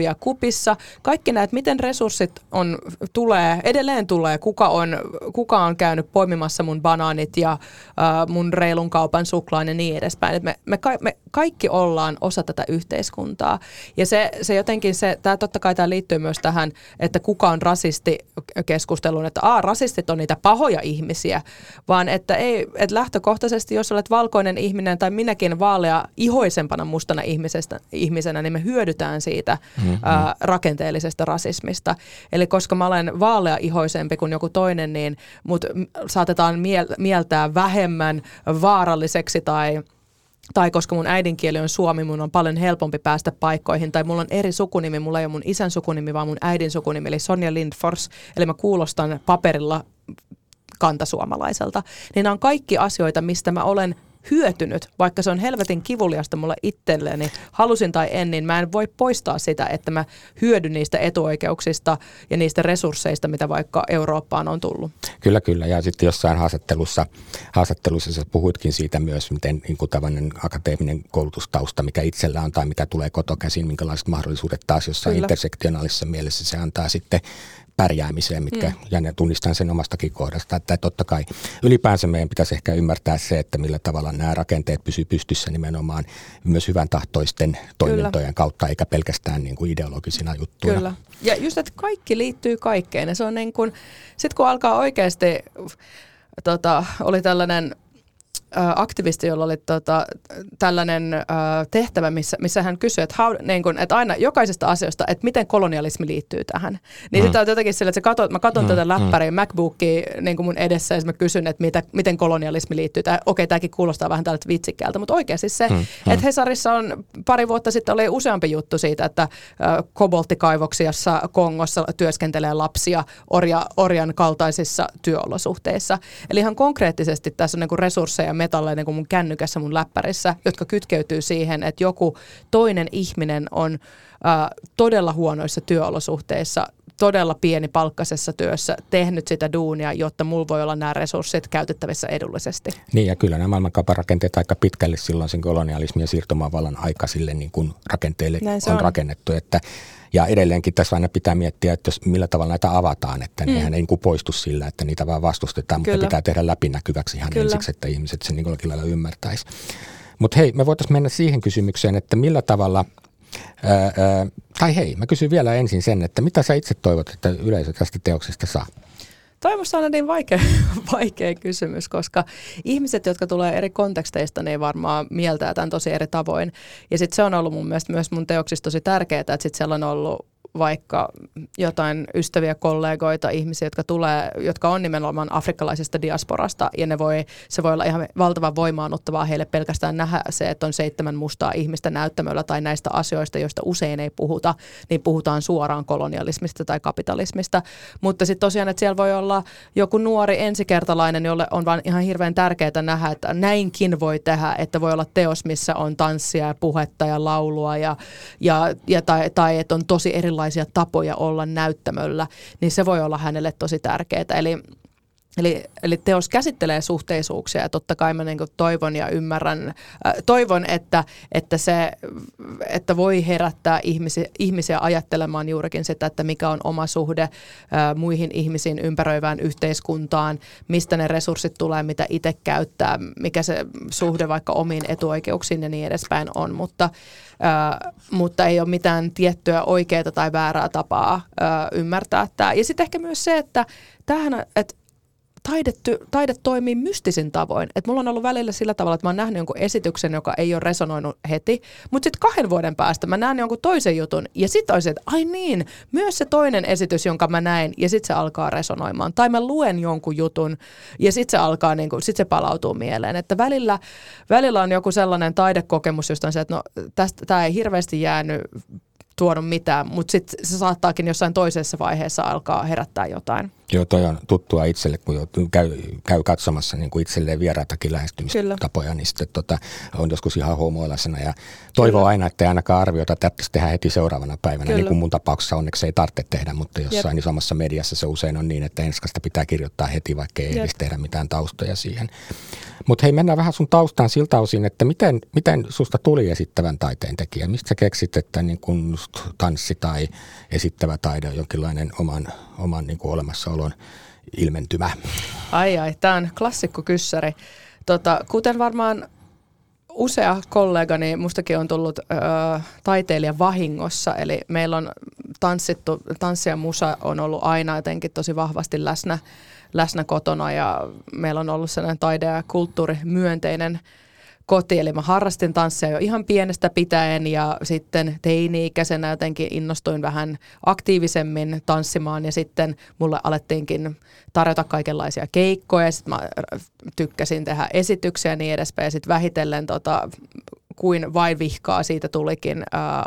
kahvia kupissa. Kaikki näet, miten resurssit edelleen tulee, kuka on käynyt poimimassa mun banaanit ja mun reilun kaupan suklaan ja niin edespäin. Me kaikki ollaan osa tätä yhteiskuntaa. Ja se jotenkin, totta kai tämä liittyy myös tähän, että kuka on rasisti keskusteluun, että rasistit on niitä pahoja ihmisiä, vaan että lähtökohtaisesti, jos olet valkoinen ihminen tai minäkin vaalea ihoisempana mustana ihmisenä, niin me hyödytään siitä rakenteellisesta rasismista. Eli koska mä olen vaalea ihoisempi kuin joku toinen, niin mut saatetaan mieltää vähemmän vaaralliseksi tai koska mun äidinkieli on suomi, mun on paljon helpompi päästä paikkoihin, tai mulla on eri sukunimi, mulla ei ole mun isän sukunimi, vaan mun äidin sukunimi, eli Sonja Lindfors, eli mä kuulostan paperilla kantasuomalaiselta. Niin nämä on kaikki asioita, mistä mä olen hyötynyt, vaikka se on helvetin kivuliasta mulle itselleni, halusin tai en, niin mä en voi poistaa sitä, että mä hyödyn niistä etuoikeuksista ja niistä resursseista, mitä vaikka Eurooppaan on tullut. Kyllä. Ja sitten jossain haastattelussa sä puhuitkin siitä myös, miten niin tämmöinen akateeminen koulutustausta, mikä itsellä on tai mikä tulee kotokäsin, minkälaiset mahdollisuudet taas jossain intersektionaalisessa mielessä se antaa sitten pärjäämiseen, ja ne tunnistan sen omastakin kohdasta, että totta kai ylipäänsä meidän pitäisi ehkä ymmärtää se, että millä tavalla nämä rakenteet pysyy pystyssä nimenomaan myös hyvän tahtoisten toimintojen kautta, eikä pelkästään niin kuin ideologisina juttuina. Kyllä. Ja just, että kaikki liittyy kaikkeen. Ja se on niin kuin, sit kun alkaa oikeasti, oli tällainen aktivisti, jolla oli tällainen tehtävä, missä hän kysyi, että aina jokaisesta asiasta, että miten kolonialismi liittyy tähän. Niin sitten on jotenkin sillä, että mä katson tätä läppäriä, MacBookia niin kuin mun edessä, ja mä kysyn, että miten kolonialismi liittyy. Okei, tämäkin kuulostaa vähän tältä vitsikkäältä, mutta oikeasti se, että Hesarissa on pari vuotta sitten oli useampi juttu siitä, että kobolttikaivoksissa Kongossa työskentelee lapsia orjan kaltaisissa työolosuhteissa. Eli ihan konkreettisesti tässä on niin kuin resursseja metalleja niin kuin mun kännykässä, mun läppärissä, jotka kytkeytyy siihen, että joku toinen ihminen on todella huonoissa työolosuhteissa, todella pienipalkkaisessa työssä tehnyt sitä duunia, jotta mulla voi olla nämä resurssit käytettävissä edullisesti. Niin, ja kyllä nämä maailmankaupan rakenteet aika pitkälle silloin sen kolonialismin ja siirtomaavallan aika sille niin kuin rakenteille on rakennettu, ja edelleenkin tässä aina pitää miettiä, että millä tavalla näitä avataan, että nehän ei niin poistu sillä, että niitä vaan vastustetaan, mutta pitää tehdä läpinäkyväksi ihan ensiksi, että ihmiset sen jollakin lailla ymmärtäisi. Mutta hei, me voitaisiin mennä siihen kysymykseen, että millä tavalla, mä kysyn vielä ensin sen, että mitä sä itse toivot, että yleisö tästä teoksesta saa? Toivossa on niin vaikea kysymys, koska ihmiset, jotka tulee eri konteksteista, niin varmaan mieltää tämän tosi eri tavoin. Ja sitten se on ollut mun mielestä myös mun teoksissa tosi tärkeää, että sitten siellä on ollut vaikka jotain ystäviä, kollegoita, ihmisiä, jotka on nimenomaan afrikkalaisesta diasporasta, ja se voi olla ihan valtavan voimaannuttavaa heille pelkästään nähdä se, että on 7 mustaa ihmistä näyttämöllä tai näistä asioista, joista usein ei puhuta, niin puhutaan suoraan kolonialismista tai kapitalismista. Mutta sitten tosiaan, että siellä voi olla joku nuori ensikertalainen, jolle on vaan ihan hirveän tärkeää nähdä, että näinkin voi tehdä, että voi olla teos, missä on tanssia ja puhetta ja laulua tai että on tosi erilaisia tapoja olla näyttämöllä, niin se voi olla hänelle tosi tärkeää. Eli teos käsittelee suhteisuuksia, ja totta kai mä niin kuin toivon ja ymmärrän, että voi herättää ihmisiä ajattelemaan juurikin sitä, että mikä on oma suhde muihin ihmisiin, ympäröivään yhteiskuntaan, mistä ne resurssit tulee, mitä itse käyttää, mikä se suhde vaikka omiin etuoikeuksiin ja niin edespäin on, mutta ei ole mitään tiettyä oikeaa tai väärää tapaa ymmärtää tämä. Ja sitten ehkä myös se, että taide toimii mystisin tavoin. Et mulla on ollut välillä sillä tavalla, että mä oon nähnyt jonkun esityksen, joka ei ole resonoinut heti, mutta sitten 2 vuoden päästä mä näen jonkun toisen jutun, ja sitten on se, että ai niin, myös se toinen esitys, jonka mä näin, ja sitten se alkaa resonoimaan. Tai mä luen jonkun jutun, ja sitten se alkaa, sit se palautuu mieleen. Että välillä on joku sellainen taidekokemus, josta on se, että no tämä ei hirveästi jäänyt tuonut mitään, mutta sitten se saattaakin jossain toisessa vaiheessa alkaa herättää jotain. Joo, toi on tuttua itselle, kun käy katsomassa niin kuin itselleen vieraitakin lähestymistapoja, niin sitten on joskus ihan homoilaisena ja toivoo aina, että ei ainakaan arviota, että tehdään heti seuraavana päivänä, niin kuin mun tapauksessa onneksi ei tarvitse tehdä, mutta jossain isommassa mediassa se usein on niin, että enskasta pitää kirjoittaa heti, vaikka ei edes tehdä mitään taustoja siihen. Mutta hei, mennään vähän sun taustaan siltä osin, että miten susta tuli esittävän taiteen tekijä? Mistä sä keksit, että niin kun just tanssi tai esittävä taide on jonkinlainen oman niin kuin olemassaolon ilmentymä? Ai, tämä on klassikko kyssäri. Kuten varmaan usea kollegani, mustakin on tullut taiteilija vahingossa, eli meillä on tanssi ja musa on ollut aina jotenkin tosi vahvasti läsnä kotona ja meillä on ollut sellainen taide- ja kulttuurimyönteinen koti, eli mä harrastin tanssia jo ihan pienestä pitäen ja sitten teini-ikäisenä jotenkin innostuin vähän aktiivisemmin tanssimaan ja sitten mulle alettiinkin tarjota kaikenlaisia keikkoja ja sitten mä tykkäsin tehdä esityksiä ja niin edespäin ja sitten vähitellen kuin vain vihkaa siitä tulikin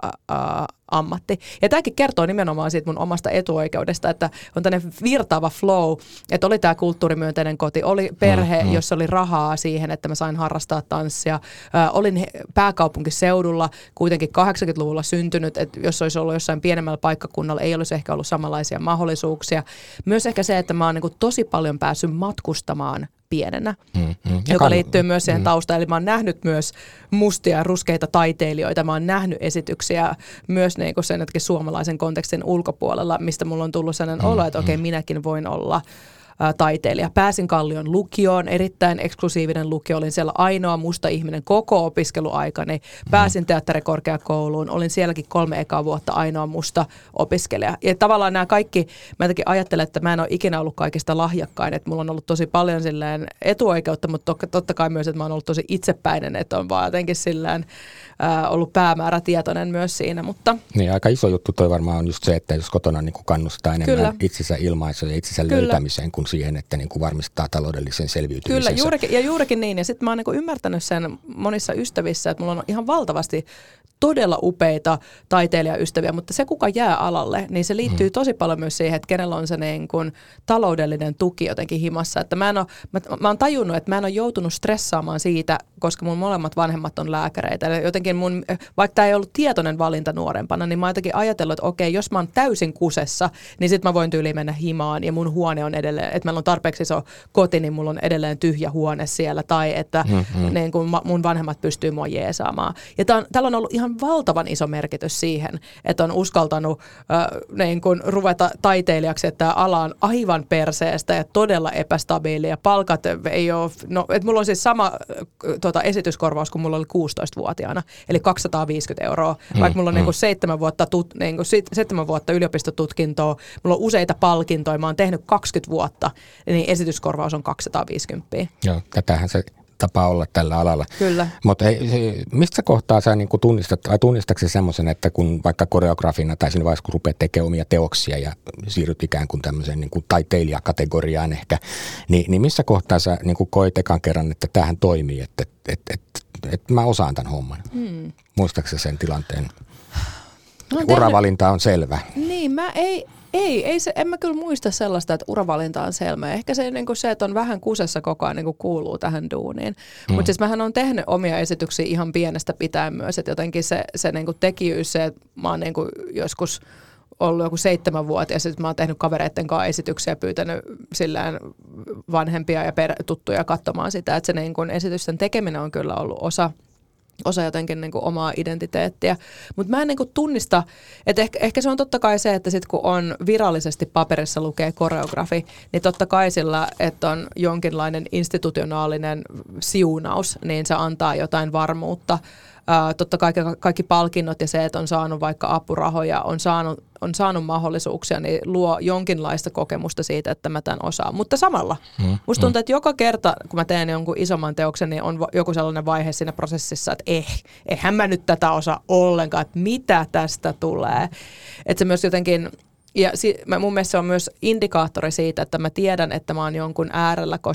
ammatti. Ja tämäkin kertoo nimenomaan siitä mun omasta etuoikeudesta, että on tämmöinen virtaava flow, että oli tämä kulttuurimyönteinen koti, oli perhe, jossa oli rahaa siihen, että mä sain harrastaa tanssia. Olin pääkaupunkiseudulla kuitenkin 80-luvulla syntynyt, että jos olisi ollut jossain pienemmällä paikkakunnalla, ei olisi ehkä ollut samanlaisia mahdollisuuksia. Myös ehkä se, että mä oon niin tosi paljon päässyt matkustamaan pienenä, joka liittyy myös siihen taustaan. Eli mä oon nähnyt myös mustia ja ruskeita taiteilijoita, mä oon nähnyt esityksiä myös niin kuin sen jotenkin suomalaisen kontekstin ulkopuolella, mistä mulla on tullut sellainen olo, että okei, minäkin voin olla taiteilija. Pääsin Kallion lukioon, erittäin eksklusiivinen lukio, olin siellä ainoa musta ihminen koko opiskeluaikani. Pääsin teatterikorkeakouluun, olin sielläkin 3 ekaa vuotta ainoa musta opiskelija. Ja tavallaan nämä kaikki, mä jotenkin ajattelen, että mä en ole ikinä ollut kaikista lahjakkain, että mulla on ollut tosi paljon silleen etuoikeutta, mutta totta kai myös, että mä oon ollut tosi itsepäinen, että on vaan jotenkin silleen ollut päämäärätietoinen myös siinä, mutta... Niin, aika iso juttu toi varmaan on just se, että jos kotona niin kuin kannustaa enemmän itsensä ilmaisuun ja itsensä löytämiseen kuin siihen, että niin kuin varmistaa taloudellisen selviytymisensä. Kyllä, juurikin niin. Ja sitten mä oon niin kuin ymmärtänyt sen monissa ystävissä, että mulla on ihan valtavasti todella upeita taiteilijaystäviä, mutta se, kuka jää alalle, niin se liittyy tosi paljon myös siihen, että kenellä on se niin kuin taloudellinen tuki jotenkin himassa. Että mä oon tajunnut, että mä en ole joutunut stressaamaan siitä, koska mun molemmat vanhemmat on lääkäreitä. Eli jotenkin vaikka tämä ei ollut tietoinen valinta nuorempana, niin mä oon jotenkin ajatellut, että okei, jos mä oon täysin kusessa, niin sit mä voin tyyliin mennä himaan ja mun huone on edelleen, että meillä on tarpeeksi iso koti, niin mulla on edelleen tyhjä huone siellä, tai että niin kuin mun vanhemmat pystyy mua jeesaamaan. Ja tällä on ollut ihan valtavan iso merkitys siihen, että on uskaltanut niin kuin ruveta taiteilijaksi, että tämä ala on aivan perseestä ja todella epästabiili ja palkat ei ole, että mulla on siis sama esityskorvaus kuin mulla oli 16-vuotiaana, eli 250 €, vaikka mulla on niin kuin 7 vuotta yliopistotutkintoa, mulla on useita palkintoja, mä oon tehnyt 20 vuotta, niin esityskorvaus on 250. Joo, tätähän se tapa olla tällä alalla. Kyllä. Mutta mistä kohtaa sä niinku tunnistat, vai tunnistatko se semmoisen, että kun vaikka koreografina tai siinä vaiheessa, kun rupeat tekemään omia teoksia ja siirryt ikään kuin tämmöiseen niinku taiteilijakategoriaan ehkä, niin missä kohtaa sä niinku koit ekan kerran, että tämähän toimii, että mä osaan tämän homman? Muistatko sen tilanteen? Uravalinta on selvä. Niin, en mä kyllä muista sellaista, että uravalinta on selvä. Ehkä se, niin kuin se, että on vähän kusessa koko ajan, niin kuin kuuluu tähän duuniin. Mutta siis mähän on tehnyt omia esityksiä ihan pienestä pitäen myös, että jotenkin se niin kuin tekijyys, se, että mä oon niin kuin joskus ollut joku 7-vuotias, että mä oon tehnyt kavereitten kanssa esityksiä ja pyytänyt sillään vanhempia ja tuttuja katsomaan sitä, että se niin kuin esitysten tekeminen on kyllä ollut osa jotenkin niin kuin omaa identiteettiä. Mutta mä en niin kuin tunnista, että ehkä se on totta kai se, että sit kun on virallisesti paperissa lukee koreografi, niin totta kai sillä, että on jonkinlainen institutionaalinen siunaus, niin se antaa jotain varmuutta. Totta kai kaikki palkinnot ja se, että on saanut vaikka apurahoja, on saanut mahdollisuuksia, niin luo jonkinlaista kokemusta siitä, että mä tämän osaan. Mutta samalla, musta tuntuu, että joka kerta, kun mä teen jonkun isomman teoksen, niin on joku sellainen vaihe siinä prosessissa, että eihän mä nyt tätä osaa ollenkaan, että mitä tästä tulee. Että se myös jotenkin, ja mun mielestä se on myös indikaattori siitä, että mä tiedän, että mä oon jonkun äärellä, koska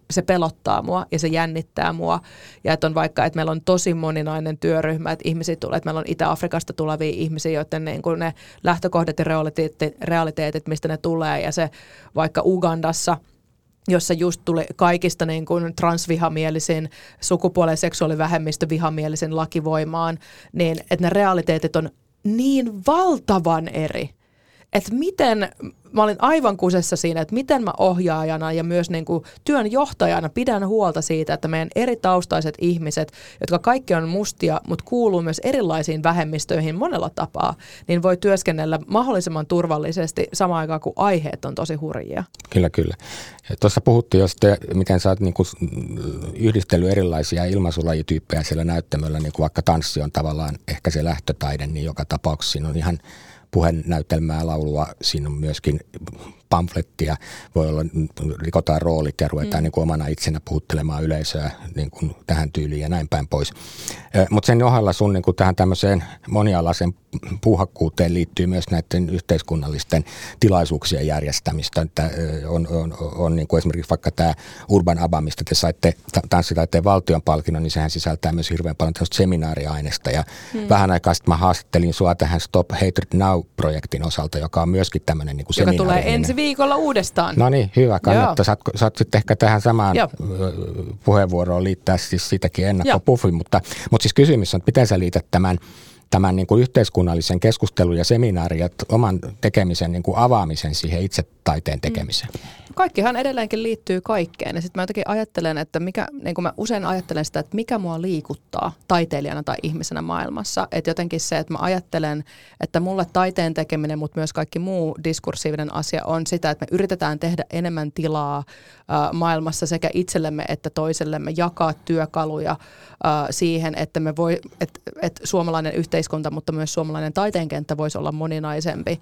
se pelottaa mua ja se jännittää mua. Ja että on vaikka, että meillä on tosi moninainen työryhmä, että ihmisiä tulee, että meillä on Itä-Afrikasta tulevia ihmisiä, joiden niin kuin ne lähtökohdat ja realiteetit, mistä ne tulee. Ja se vaikka Ugandassa, jossa just tuli kaikista niin kuin transvihamielisin, sukupuolen- ja seksuaalivihamielisin lakivoimaan, niin että ne realiteetit on niin valtavan eri. Että miten, mä olin aivan kusessa siinä, että miten mä ohjaajana ja myös niin kuin työnjohtajana pidän huolta siitä, että meidän eri taustaiset ihmiset, jotka kaikki on mustia, mutta kuuluu myös erilaisiin vähemmistöihin monella tapaa, niin voi työskennellä mahdollisimman turvallisesti samaan aikaan, kun aiheet on tosi hurjia. Kyllä, kyllä. Tuossa puhuttiin jo sitten, miten sä oot niin kuin yhdistellyt erilaisia ilmaisulajityyppejä siellä näyttämöllä, niin kuin vaikka tanssi on tavallaan ehkä se lähtötaide, niin joka tapauksessa siinä on ihan puhenäytelmää, laulua, siinä on myöskin pamflettia, voi olla, rikotaan roolit ja ruvetaan niin kuin omana itsenä puhuttelemaan yleisöä niin kuin tähän tyyliin ja näin päin pois. Mutta sen ohella sun niin kuin tähän tämmöiseen monialaisen puuhakkuuteen liittyy myös näiden yhteiskunnallisten tilaisuuksien järjestämistä. Että on niin kuin esimerkiksi vaikka tämä Urban ABBA, mistä te saitte tanssitaiteen valtion palkinnon, niin sehän sisältää myös hirveän paljon tämmöistä seminaariaineista. Ja vähän aikaa sitten mä haastattelin sua tähän Stop Hatred Now-projektin osalta, joka on myöskin tämmöinen niin kuin seminaari. Joka tulee ensi viikolla uudestaan. No niin, hyvä. Kannattaa. Saat sitten ehkä tähän samaan puheenvuoroon liittää siis sitäkin ennakkopuffin, mutta siis kysymys on, että miten sä liität tämän niin kuin yhteiskunnallisen keskustelun ja seminaarin ja oman tekemisen niin kuin avaamisen siihen itse taiteen tekemiseen? Kaikkihan edelleenkin liittyy kaikkeen. Ja sitten mä jotenkin ajattelen, että niin kuin mä usein ajattelen sitä, että mikä mua liikuttaa taiteilijana tai ihmisenä maailmassa. Että jotenkin se, että mä ajattelen, että mulle taiteen tekeminen, mutta myös kaikki muu diskursiivinen asia on sitä, että me yritetään tehdä enemmän tilaa maailmassa sekä itsellemme että toisellemme, jakaa työkaluja siihen, että että suomalainen yhteiskunta, mutta myös suomalainen taiteenkenttä voisi olla moninaisempi.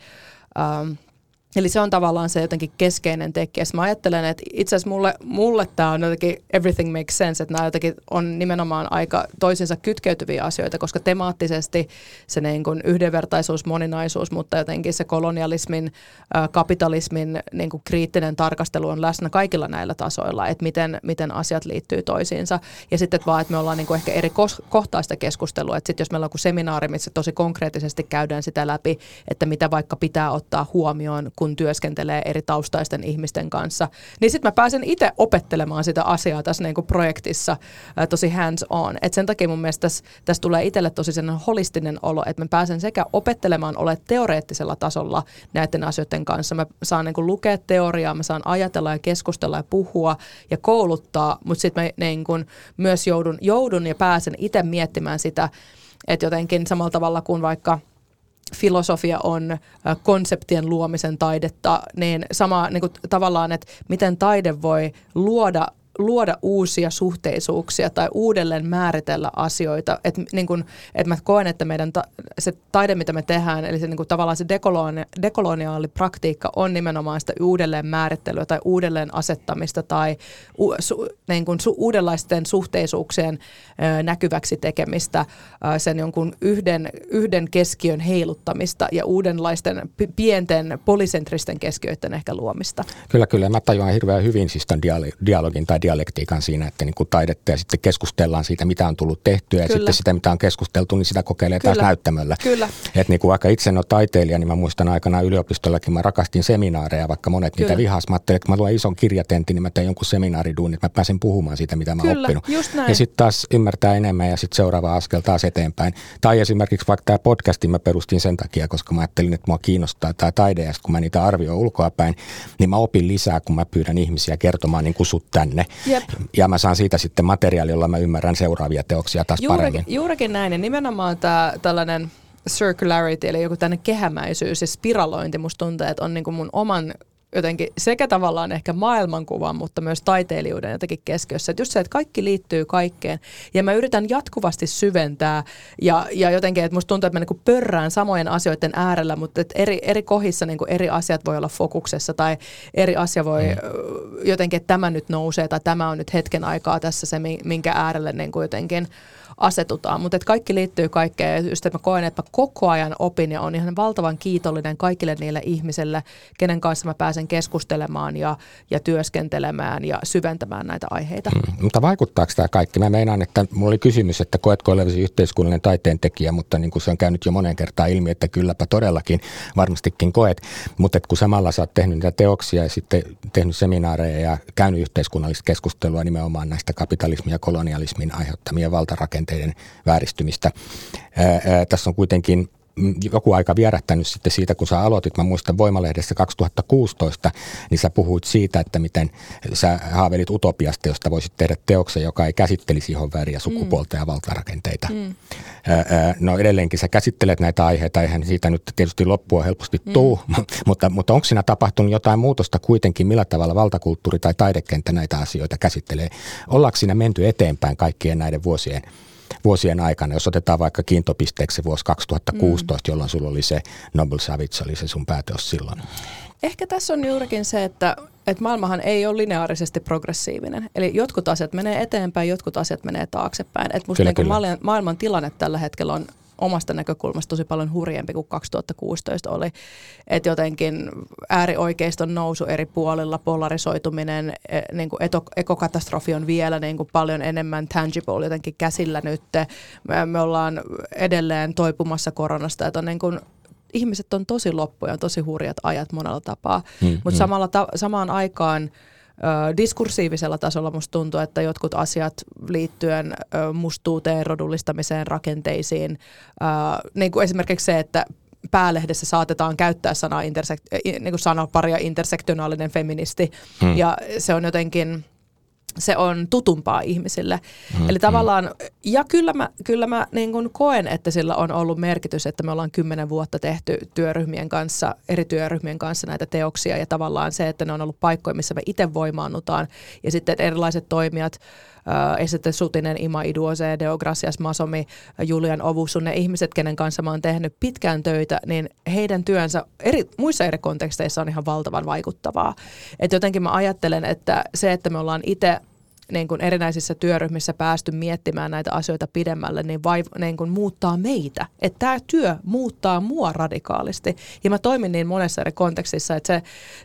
Eli se on tavallaan se jotenkin keskeinen tekijä. Mä ajattelen, että itse asiassa mulle tämä on jotenkin everything makes sense, että nämä jotenkin on nimenomaan aika toisinsa kytkeytyviä asioita, koska temaattisesti se niin kuin yhdenvertaisuus, moninaisuus, mutta jotenkin se kolonialismin, kapitalismin niin kuin kriittinen tarkastelu on läsnä kaikilla näillä tasoilla, että miten asiat liittyy toisiinsa. Ja sitten vaan, että me ollaan niin kuin ehkä eri kohtaista keskustelua, että sitten jos meillä on joku seminaari, missä tosi konkreettisesti käydään sitä läpi, että mitä vaikka pitää ottaa huomioon, kun työskentelee eri taustaisten ihmisten kanssa, niin sitten mä pääsen itse opettelemaan sitä asiaa tässä niinku projektissa tosi hands on. Et sen takia mun mielestä tässä tulee itselle tosi sen holistinen olo, että mä pääsen sekä opettelemaan ole teoreettisella tasolla näiden asioiden kanssa. Mä saan niinku lukea teoriaa, mä saan ajatella ja keskustella ja puhua ja kouluttaa, mutta sitten mä niinku myös joudun ja pääsen itse miettimään sitä, että jotenkin samalla tavalla kuin vaikka filosofia on konseptien luomisen taidetta, niin sama niin kuin tavallaan, että miten taide voi luoda uusia suhteisuuksia tai uudelleen määritellä asioita. Että niin mä koen, että meidän se taide, mitä me tehdään, eli se niin kuin tavallaan se dekoloniaali praktiikka on nimenomaan sitä uudelleen määrittelyä tai uudelleen asettamista tai niin kuin uudenlaisten suhteisuuksien näkyväksi tekemistä, sen jonkun yhden keskiön heiluttamista ja uudenlaisten pienten polisentristen keskiöiden ehkä luomista. Kyllä. Mä tajuan hirveän hyvin siis tämän dialogin tai dialektiikan siinä, että niin kuin taidetta ja sitten keskustellaan siitä, mitä on tullut tehtyä ja sitten sitä, mitä on keskusteltu, niin sitä kokeilee taas näyttämöllä. Kyllä. Että niin kuin vaikka itse en ole taiteilija, niin mä muistan aikanaan yliopistollakin, mä rakastin seminaareja, vaikka monet niitä vihas. Mä ajattelin, että mä luen ison kirjatentin, niin mä teen jonkun seminaariduun, että mä pääsen puhumaan siitä, mitä mä oon oppinut. Ja sitten taas ymmärtää enemmän ja sitten seuraava askel taas eteenpäin. Tai esimerkiksi vaikka tämä podcastin mä perustin sen takia, koska mä ajattelin, että mua kiinnostaa tämä taide ja kun mä niitä arvioin ulkoapäin, niin mä opin lisää, kun mä pyydän ihmisiä kertomaan niin kuin sut tänne. Jep. Ja mä saan siitä sitten materiaalia, jolla mä ymmärrän seuraavia teoksia taas paremmin. Juurikin näin. Ja nimenomaan tällainen circularity, eli joku tämmöinen kehämäisyys ja spiralointi, musta tuntuu, että on niin kuin mun oman jotenkin sekä tavallaan ehkä maailmankuvan, mutta myös taiteilijuuden jotenkin keskiössä. Että just se, että kaikki liittyy kaikkeen. Ja mä yritän jatkuvasti syventää ja jotenkin, että musta tuntuu, että mä niinku pörrään samojen asioiden äärellä, mutta että eri kohdissa niinku eri asiat voi olla fokuksessa tai eri asia voi jotenkin, että tämä nyt nousee tai tämä on nyt hetken aikaa tässä se, minkä äärelle niinku jotenkin asetutaan. Mutta kaikki liittyy kaikkeen. Ja just, että mä koen, että mä koko ajan opin ja on ihan valtavan kiitollinen kaikille niille ihmisille, kenen kanssa mä pääsen keskustelemaan ja työskentelemään ja syventämään näitä aiheita. Mutta vaikuttaako tämä kaikki? Mä meinaan, että mulla oli kysymys, että koetko olevasi yhteiskunnallinen taiteentekijä, mutta niin kuin se on käynyt jo monen kertaan ilmi, että kylläpä todellakin varmastikin koet. Mutta kun samalla sä oot tehnyt niitä teoksia ja sitten tehnyt seminaareja ja käynyt yhteiskunnallista keskustelua nimenomaan näistä kapitalismin ja kolonialismin aiheuttamien valtarakenteiden vääristymistä. Tässä on kuitenkin joku aika vierähtänyt sitten siitä, kun sä aloitit, mä muistan Voimalehdessä 2016, niin sä puhuit siitä, että miten sä haaveilit utopiasta, josta voisit tehdä teoksen, joka ei käsittelisi ihonväriä, sukupuolta ja valtarakenteita. No edelleenkin sä käsittelet näitä aiheita, eihän siitä nyt tietysti loppua helposti tuu, mutta onko siinä tapahtunut jotain muutosta kuitenkin, millä tavalla valtakulttuuri tai taidekenttä näitä asioita käsittelee? Ollaanko siinä menty eteenpäin kaikkien näiden vuosien aikana, jos otetaan vaikka kiintopisteeksi vuosi 2016, jolloin sulla oli se Noble Savage, oli se sun pääteos silloin? Ehkä tässä on juurikin se, että maailmahan ei ole lineaarisesti progressiivinen. Eli jotkut asiat menee eteenpäin, jotkut asiat menee taaksepäin. Että musta niin maailman tilanne tällä hetkellä on omasta näkökulmasta tosi paljon hurjempi kuin 2016 oli. Että jotenkin äärioikeiston nousu eri puolilla, polarisoituminen, niin kuin ekokatastrofi on vielä niin kuin paljon enemmän tangible jotenkin käsillä nyt. Me ollaan edelleen toipumassa koronasta, että on niin kuin ihmiset on tosi loppuja, on tosi hurjat ajat monella tapaa, mutta samaan aikaan diskursiivisella tasolla musta tuntuu, että jotkut asiat liittyen mustuuteen, rodullistamiseen, rakenteisiin, niin kuin esimerkiksi se, että Päälehdessä saatetaan käyttää sanaparia intersektionaalinen feministi, ja se on jotenkin se on tutumpaa ihmisille. Eli tavallaan, ja kyllä mä niin kuin koen, että sillä on ollut merkitys, että me ollaan 10 vuotta tehty eri työryhmien kanssa näitä teoksia, ja tavallaan se, että ne on ollut paikkoja, missä me itse voimaannutaan, ja sitten erilaiset toimijat, Esete Sutinen, Ima Iduose, Deogracias Masomi, Julian Ovusu, ne ihmiset, kenen kanssa mä oon tehnyt pitkään töitä, niin heidän työnsä muissa eri konteksteissa on ihan valtavan vaikuttavaa. Et jotenkin mä ajattelen, että se, että me ollaan itse niin kuin erinäisissä työryhmissä päästy miettimään näitä asioita pidemmälle, niin kuin muuttaa meitä. Että tämä työ muuttaa mua radikaalisti. Ja mä toimin niin monessa eri kontekstissa, että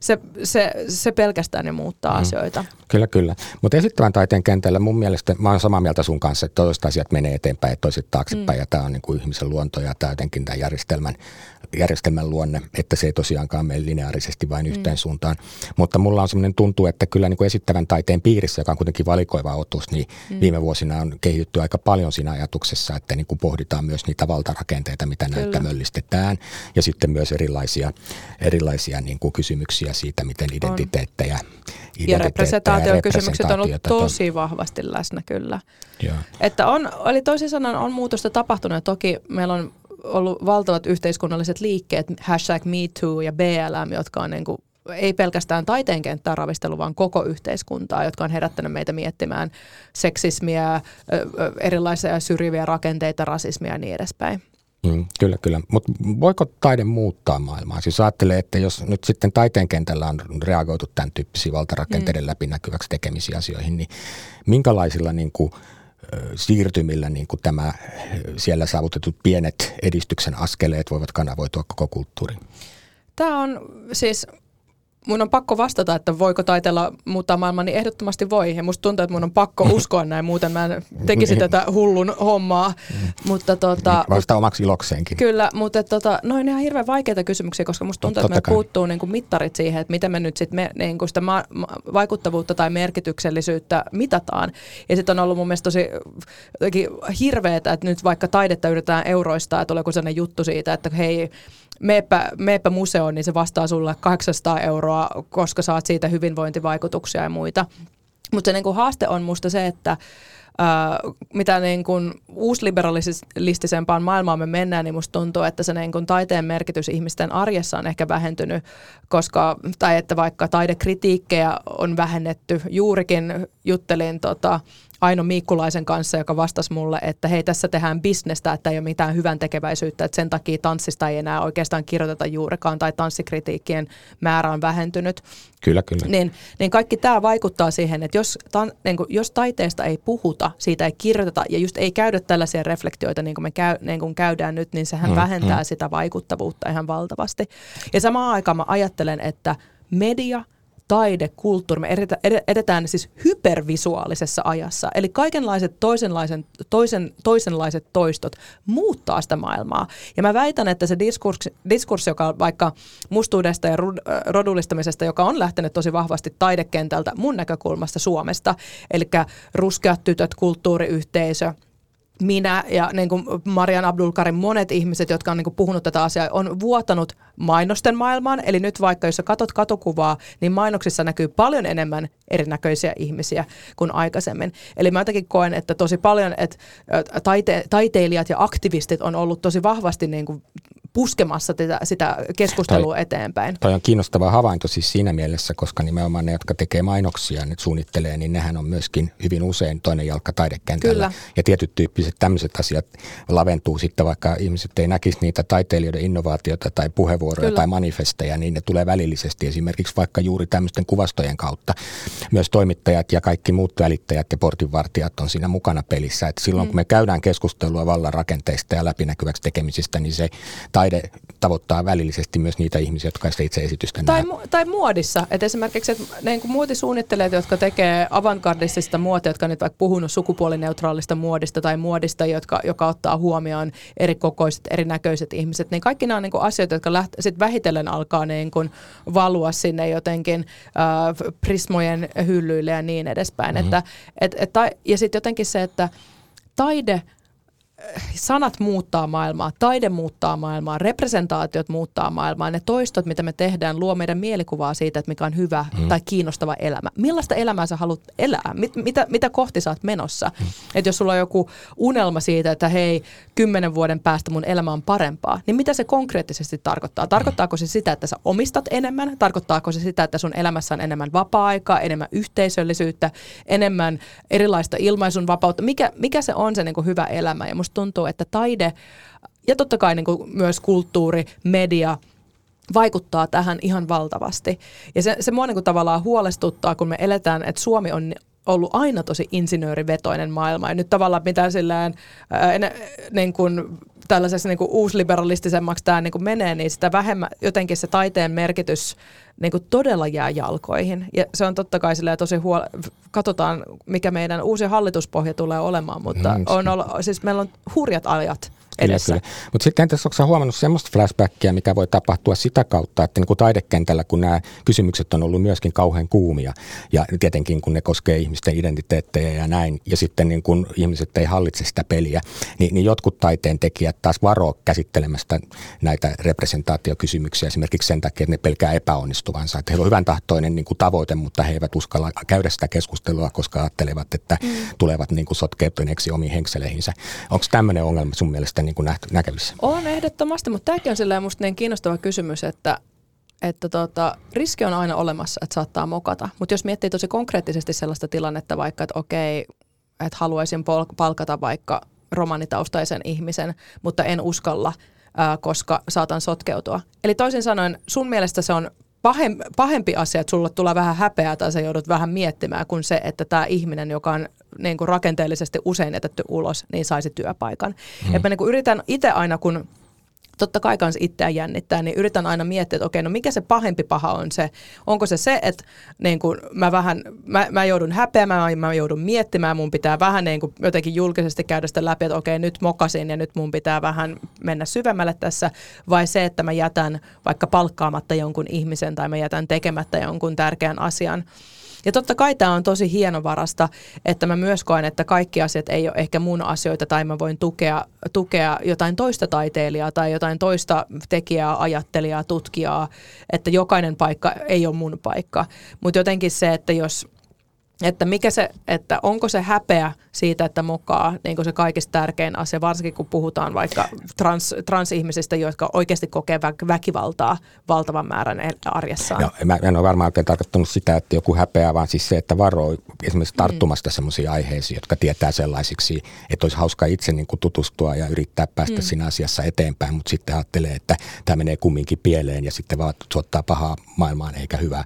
se pelkästään ne muuttaa asioita. Kyllä. Mutta esittävän taiteen kentällä mun mielestä, mä oon samaa mieltä sun kanssa, että toiset asiat menee eteenpäin ja toiset taaksepäin. Ja tämä on niin kuin ihmisen luonto ja tämä jotenkin tämä järjestelmän luonne, että se ei tosiaankaan mene lineaarisesti vain yhteen suuntaan. Mutta mulla on semmoinen tuntuu, että kyllä niin kuin esittävän taiteen piirissä, joka on kuitenkin valikoiva otus, niin viime vuosina on kehitytty aika paljon siinä ajatuksessa, että niin kuin pohditaan myös niitä valtarakenteita, mitä näyttämöllistetään, ja sitten myös erilaisia niin kuin kysymyksiä siitä, miten identiteettejä ja representaatiokysymykset on ollut tosi vahvasti läsnä kyllä. Että eli toisin sanoen on muutosta tapahtunut, ja toki meillä on ollut valtavat yhteiskunnalliset liikkeet, #MeToo ja BLM, jotka on niin kuin ei pelkästään taiteen kenttää ravistelu, vaan koko yhteiskuntaa, jotka on herättänyt meitä miettimään seksismiä, erilaisia syrjiviä rakenteita, rasismia ja niin edespäin. Kyllä. Mutta voiko taide muuttaa maailmaa? Siis ajattelee, että jos nyt sitten taiteen kentällä on reagoitu tämän tyyppisiin valtarakenteiden läpinäkyväksi tekemisiin asioihin, niin minkälaisilla niin kuin siirtymillä niin kuin tämä siellä saavutetut pienet edistyksen askeleet voivat kanavoitua koko kulttuuriin? Tämä on siis, mun on pakko vastata, että voiko taiteella muuttaa maailmaa, niin ehdottomasti voi. Ja musta tuntuu, että mun on pakko uskoa näin, muuten mä en tekisi tätä hullun hommaa. Mutta vastaa omaksi ilokseenkin. Kyllä, mutta no on ihan hirveän vaikeita kysymyksiä, koska musta tuntuu, että me puuttuu niin kuin mittarit siihen, että miten me nyt sitten niin kuin sitä vaikuttavuutta tai merkityksellisyyttä mitataan. Ja sitten on ollut mun mielestä tosi hirveetä, että nyt vaikka taidetta yritetään euroistaa, että oleeko sellainen juttu siitä, että hei, meepä museoon, niin se vastaa sulle 800 €, koska saat siitä hyvinvointivaikutuksia ja muita. Mutta se niin kuin haaste on musta se, että mitä niin kuin uusliberalistisempaan maailmaan me mennään, niin musta tuntuu, että se niin kuin taiteen merkitys ihmisten arjessa on ehkä vähentynyt, tai että vaikka taidekritiikkejä on vähennetty. Juurikin juttelin Aino Miikkulaisen kanssa, joka vastasi mulle, että hei, tässä tehdään bisnestä, että ei ole mitään hyvän tekeväisyyttä, että sen takia tanssista ei enää oikeastaan kirjoiteta juurikaan tai tanssikritiikkien määrä on vähentynyt. Kyllä. Niin kaikki tämä vaikuttaa siihen, että jos taiteesta ei puhuta, siitä ei kirjoiteta ja just ei käydä tällaisia reflektioita niin kuin käydään nyt, niin sehän vähentää sitä vaikuttavuutta ihan valtavasti. Ja samaan aikaan mä ajattelen, että media, taide, kulttuuri, me edetään siis hypervisuaalisessa ajassa. Eli kaikenlaiset toisenlaiset toistot muuttaa sitä maailmaa. Ja mä väitän, että se diskurssi, joka vaikka mustuudesta ja rodullistamisesta, joka on lähtenyt tosi vahvasti taidekentältä mun näkökulmasta Suomesta, eli ruskeat tytöt, kulttuuriyhteisö, minä ja niin kuin Marian Abdulkarim, monet ihmiset, jotka on niin kuin puhunut tätä asiaa, on vuotanut mainosten maailmaan. Eli nyt vaikka jos sä katot katukuvaa, niin mainoksissa näkyy paljon enemmän erinäköisiä ihmisiä kuin aikaisemmin. Eli mä jotenkin koen, että tosi paljon, että taiteilijat ja aktivistit on ollut tosi vahvasti niin kuin puskemassa sitä keskustelua eteenpäin. Toi on kiinnostava havainto siis siinä mielessä, koska nimenomaan ne, jotka tekee mainoksia, ne suunnittelee, niin nehän on myöskin hyvin usein toinen jalka taidekentällä. Kyllä. Ja tietyt tyyppiset tämmöiset asiat laventuu sitten, vaikka ihmiset ei näkisi niitä taiteilijoiden innovaatioita tai puheenvuoroja tai manifesteja, niin ne tulee välillisesti esimerkiksi vaikka juuri tämmöisten kuvastojen kautta. Myös toimittajat ja kaikki muut välittäjät ja portinvartijat on siinä mukana pelissä. Et silloin kun me käydään keskustelua vallan rakenteista ja läpinäkyväksi tekemisistä, niin se taide tavoittaa välillisesti myös niitä ihmisiä, jotka sitä itse esitystä näe. Tai muodissa. Et esimerkiksi niin kuin muotisuunnittelijat, jotka tekee avantgardistista muotia, jotka on nyt vaikka puhunut sukupuolineutraalista muodista tai muodista, joka ottaa huomioon eri kokoiset, erinäköiset ihmiset, niin kaikki nämä on niin kuin asioita, jotka sit vähitellen alkaa niin kuin valua sinne jotenkin Prismojen hyllyille ja niin edespäin. Ja sitten jotenkin se, että taide, sanat muuttaa maailmaa, taide muuttaa maailmaa, representaatiot muuttaa maailmaa, ne toistot, mitä me tehdään, luo meidän mielikuvaa siitä, että mikä on hyvä tai kiinnostava elämä. Millaista elämää sä haluat elää? Mitä kohti sä oot menossa? Että jos sulla on joku unelma siitä, että hei, 10 vuoden päästä mun elämä on parempaa, niin mitä se konkreettisesti tarkoittaa? Tarkoittaako se sitä, että sä omistat enemmän? Tarkoittaako se sitä, että sun elämässä on enemmän vapaa-aikaa, enemmän yhteisöllisyyttä, enemmän erilaista ilmaisun vapautta? Mikä se on se niin kuin hyvä elämä? Ja musta tuntuu, että taide ja totta kai niin kuin myös kulttuuri, media vaikuttaa tähän ihan valtavasti. Ja se mua niin kuin tavallaan huolestuttaa, kun me eletään, että Suomi on ollut aina tosi insinöörivetoinen maailma. Ja nyt tavallaan mitä silleen niin kuin tällaisessa niin kuin uusliberalistisemmaksi tämä niin kuin menee, niin sitä vähemmän jotenkin se taiteen merkitys niin kuin todella jää jalkoihin. Ja se on totta kai tosi katsotaan, mikä meidän uusi hallituspohja tulee olemaan, mutta siis meillä on hurjat ajat edessä. Mutta sitten entäs onko sä huomannut semmoista flashbackia, mikä voi tapahtua sitä kautta, että niin kuin taidekentällä, kun nämä kysymykset on ollut myöskin kauhean kuumia, ja tietenkin kun ne koskee ihmisten identiteettejä ja näin, ja sitten niin kun ihmiset ei hallitse sitä peliä, niin jotkut taiteen tekijät taas varoo käsittelemästä näitä representaatiokysymyksiä esimerkiksi sen takia, että ne pelkää epäonnistuvansa. Että heillä on hyvän tahtoinen niin kuin tavoite, mutta he eivät uskalla käydä sitä keskustelua, koska ajattelevat, että tulevat niin kuin sotkeutuneeksi omiin henkseleihinsä. Onko tämmöinen ongelma sun mielestä niin kuin näkevissä? On ehdottomasti, mutta tämäkin on silleen musta niin kiinnostava kysymys, että riski on aina olemassa, että saattaa mokata. Mutta jos miettii tosi konkreettisesti sellaista tilannetta vaikka, että okei, että haluaisin palkata vaikka romanitaustaisen ihmisen, mutta en uskalla, koska saatan sotkeutua. Eli toisin sanoen, sun mielestä se on pahempi asia, että sulle tulee vähän häpeää tai sä joudut vähän miettimään kuin se, että tämä ihminen, joka on niin kuin rakenteellisesti usein jätetty ulos, niin saisi työpaikan. Ja mä niin kuin yritän itse aina, kun totta kai kans itseään jännittää, niin yritän aina miettiä, että okei, no mikä se pahempi paha on se? Onko se, että niin kuin mä joudun häpeämään, mä joudun miettimään, mun pitää vähän niin kuin jotenkin julkisesti käydä sitä läpi, että okei, nyt mokasin ja nyt mun pitää vähän mennä syvemmälle tässä, vai se, että mä jätän vaikka palkkaamatta jonkun ihmisen tai mä jätän tekemättä jonkun tärkeän asian. Ja totta kai tämä on tosi hienovarasta, että mä myös koen, että kaikki asiat ei ole ehkä mun asioita tai mä voin tukea jotain toista taiteilijaa tai jotain toista tekijää, ajattelijaa, tutkijaa, että jokainen paikka ei ole mun paikka. Mutta jotenkin se, että jos Että että onko se häpeä siitä, että mokaa niin kuin se kaikista tärkein asia, varsinkin kun puhutaan vaikka transihmisistä, jotka oikeasti kokee väkivaltaa valtavan määrän arjessaan. Joo, mä en ole varmaan oikein tarkoittanut sitä, että joku häpeä, vaan siis se, että varoo esimerkiksi tarttumasta sellaisia aiheisiin, jotka tietää sellaisiksi, että olisi hauska itse niin kuin tutustua ja yrittää päästä siinä asiassa eteenpäin, mutta sitten ajattelee, että tämä menee kumminkin pieleen ja sitten vaan suottaa pahaa maailmaan eikä hyvää.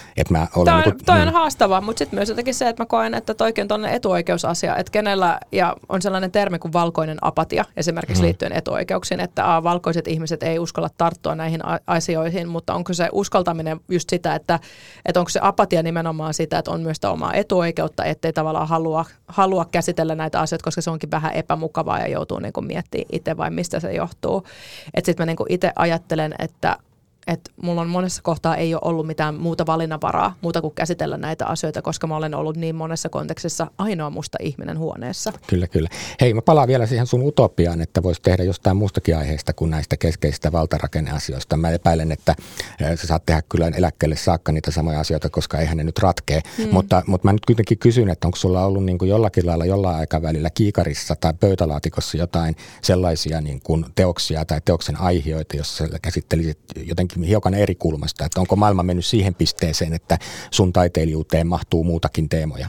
Toi on haastavaa, mutta sitten myös jotenkin se, että mä koen, että toikin on tuollainen etuoikeusasia, että kenellä, ja on sellainen termi kuin valkoinen apatia esimerkiksi liittyen etuoikeuksiin, että valkoiset ihmiset ei uskalla tarttua näihin asioihin, mutta onko se uskaltaminen just sitä, että onko se apatia nimenomaan sitä, että on myös sitä omaa etuoikeutta, ettei tavallaan halua käsitellä näitä asioita, koska se onkin vähän epämukavaa ja joutuu niin kuin miettimään itse vai mistä se johtuu. Että sitten mä niin kuin itse ajattelen, että mulla on monessa kohtaa ei ole ollut mitään muuta valinnanvaraa, muuta kuin käsitellä näitä asioita, koska mä olen ollut niin monessa kontekstissa ainoa musta ihminen huoneessa. Kyllä. Hei, mä palaan vielä siihen sun utopiaan, että voisi tehdä jostain muustakin aiheesta kuin näistä keskeisistä valtarakenneasioista. Mä epäilen, että sä saat tehdä kyllä eläkkeelle saakka niitä samoja asioita, koska eihän ne nyt ratkee. Mutta mä nyt kuitenkin kysyn, että onko sulla ollut niin kuin jollakin lailla jollain aikavälillä kiikarissa tai pöytälaatikossa jotain sellaisia niin kuin teoksia tai teoksen aiheita, jos sä käsittelisit jotenkin hiukan eri kulmasta, että onko maailma mennyt siihen pisteeseen, että sun taiteilijuuteen mahtuu muutakin teemoja?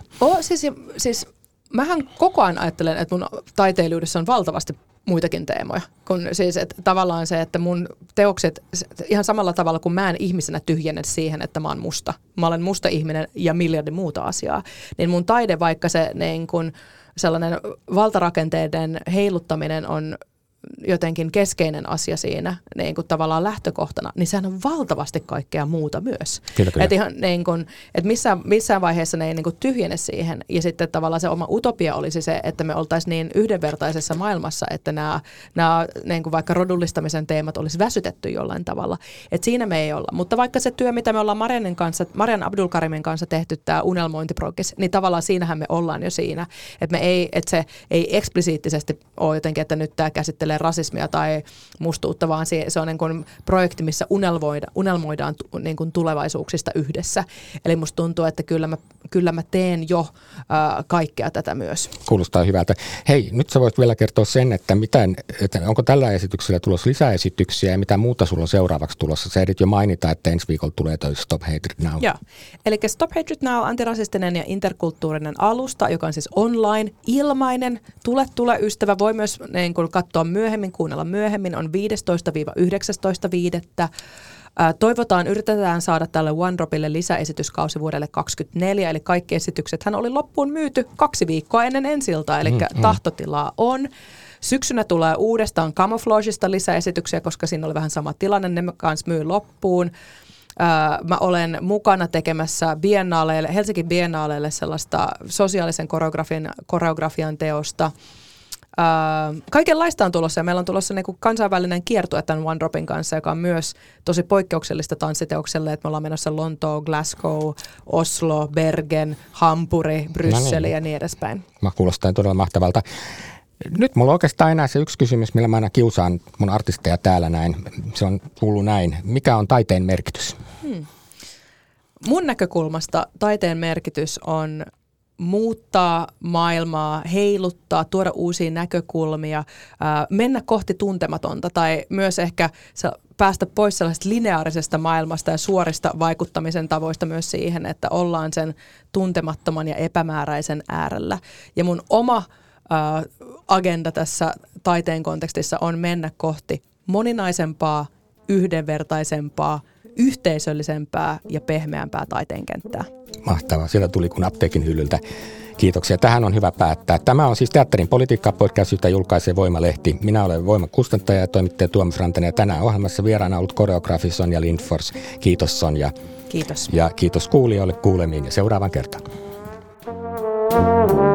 Siis mähän koko ajan ajattelen, että mun taiteilijuudessa on valtavasti muitakin teemoja. Kun siis että tavallaan se, että mun teokset, ihan samalla tavalla kuin mä en ihmisenä tyhjennä siihen, että mä oon musta. Mä olen musta ihminen ja miljardi muuta asiaa. Niin mun taide, vaikka se niin kun sellainen valtarakenteiden heiluttaminen on jotenkin keskeinen asia siinä niin kuin tavallaan lähtökohtana, niin sehän on valtavasti kaikkea muuta myös. Kyllä. Että niin et missään vaiheessa ne ei niin kuin tyhjene siihen. Ja sitten tavallaan se oma utopia olisi se, että me oltaisiin niin yhdenvertaisessa maailmassa, että nämä niin kuin vaikka rodullistamisen teemat olisi väsytetty jollain tavalla. Että siinä me ei olla. Mutta vaikka se työ, mitä me ollaan Marian Abdulkarimin kanssa tehty, tämä unelmointiprogis, niin tavallaan siinähän me ollaan jo siinä. Että se ei eksplisiittisesti ole jotenkin, että nyt tämä käsittelee rasismia tai mustuutta, vaan se on niin kuin projekti, missä unelmoidaan niin kuin tulevaisuuksista yhdessä. Eli musta tuntuu, että kyllä mä teen jo kaikkea tätä myös. Kuulostaa hyvältä. Hei, nyt sä voisit vielä kertoa sen, että onko tällä esityksellä tulossa lisäesityksiä ja mitä muuta sulla on seuraavaksi tulossa? Sä ehdit jo mainita, että ensi viikolla tulee toi Stop Hatred Now. Joo, eli Stop Hatred Now, antirasistinen ja interkulttuurinen alusta, joka on siis online, ilmainen. Tule ystävä, voi myös niin kuin katsoa kuunnella myöhemmin, on 15-19.5. Yritetään saada tälle One Dropille lisäesityskausi vuodelle 2024, eli kaikki esityksethän oli loppuun myyty 2 viikkoa ennen ensi-iltaa, eli tahtotilaa on. Syksynä tulee uudestaan Camouflageista lisäesityksiä, koska siinä oli vähän sama tilanne, ne kanssa myy loppuun. Mä olen mukana tekemässä Helsingin Biennaaleille sellaista sosiaalisen koreografian teosta. Kaikenlaista on tulossa ja meillä on tulossa niin kuin kansainvälinen kiertue tämän One Dropin kanssa, joka on myös tosi poikkeuksellista tanssiteokselle, että me ollaan menossa Lontoon, Glasgow, Oslo, Bergen, Hampuri, Brysseli ja niin edespäin. Kuulostaa todella mahtavalta. Nyt mulla on oikeastaan enää se yksi kysymys, millä mä aina kiusaan mun artisteja täällä näin. Se on kuullut näin. Mikä on taiteen merkitys? Mun näkökulmasta taiteen merkitys on muuttaa maailmaa, heiluttaa, tuoda uusia näkökulmia, mennä kohti tuntematonta tai myös ehkä päästä pois sellaisesta lineaarisesta maailmasta ja suorista vaikuttamisen tavoista myös siihen, että ollaan sen tuntemattoman ja epämääräisen äärellä. Ja mun oma agenda tässä taiteen kontekstissa on mennä kohti moninaisempaa, yhdenvertaisempaa, yhteisöllisempää ja pehmeämpää taiteen kenttää. Mahtavaa. Sieltä tuli kun apteekin hyllyltä. Kiitoksia. Tähän on hyvä päättää. Tämä on siis Teatterin politiikka-podcast, jota julkaisee Voima-lehti. Minä olen Voiman kustantaja ja toimittaja Tuomas Rantanen. Ja tänään ohjelmassa vieraana ollut koreografi Sonja Lindfors. Kiitos Sonja. Kiitos. Ja kiitos kuulijoille kuulemiin ja seuraavan kertaan.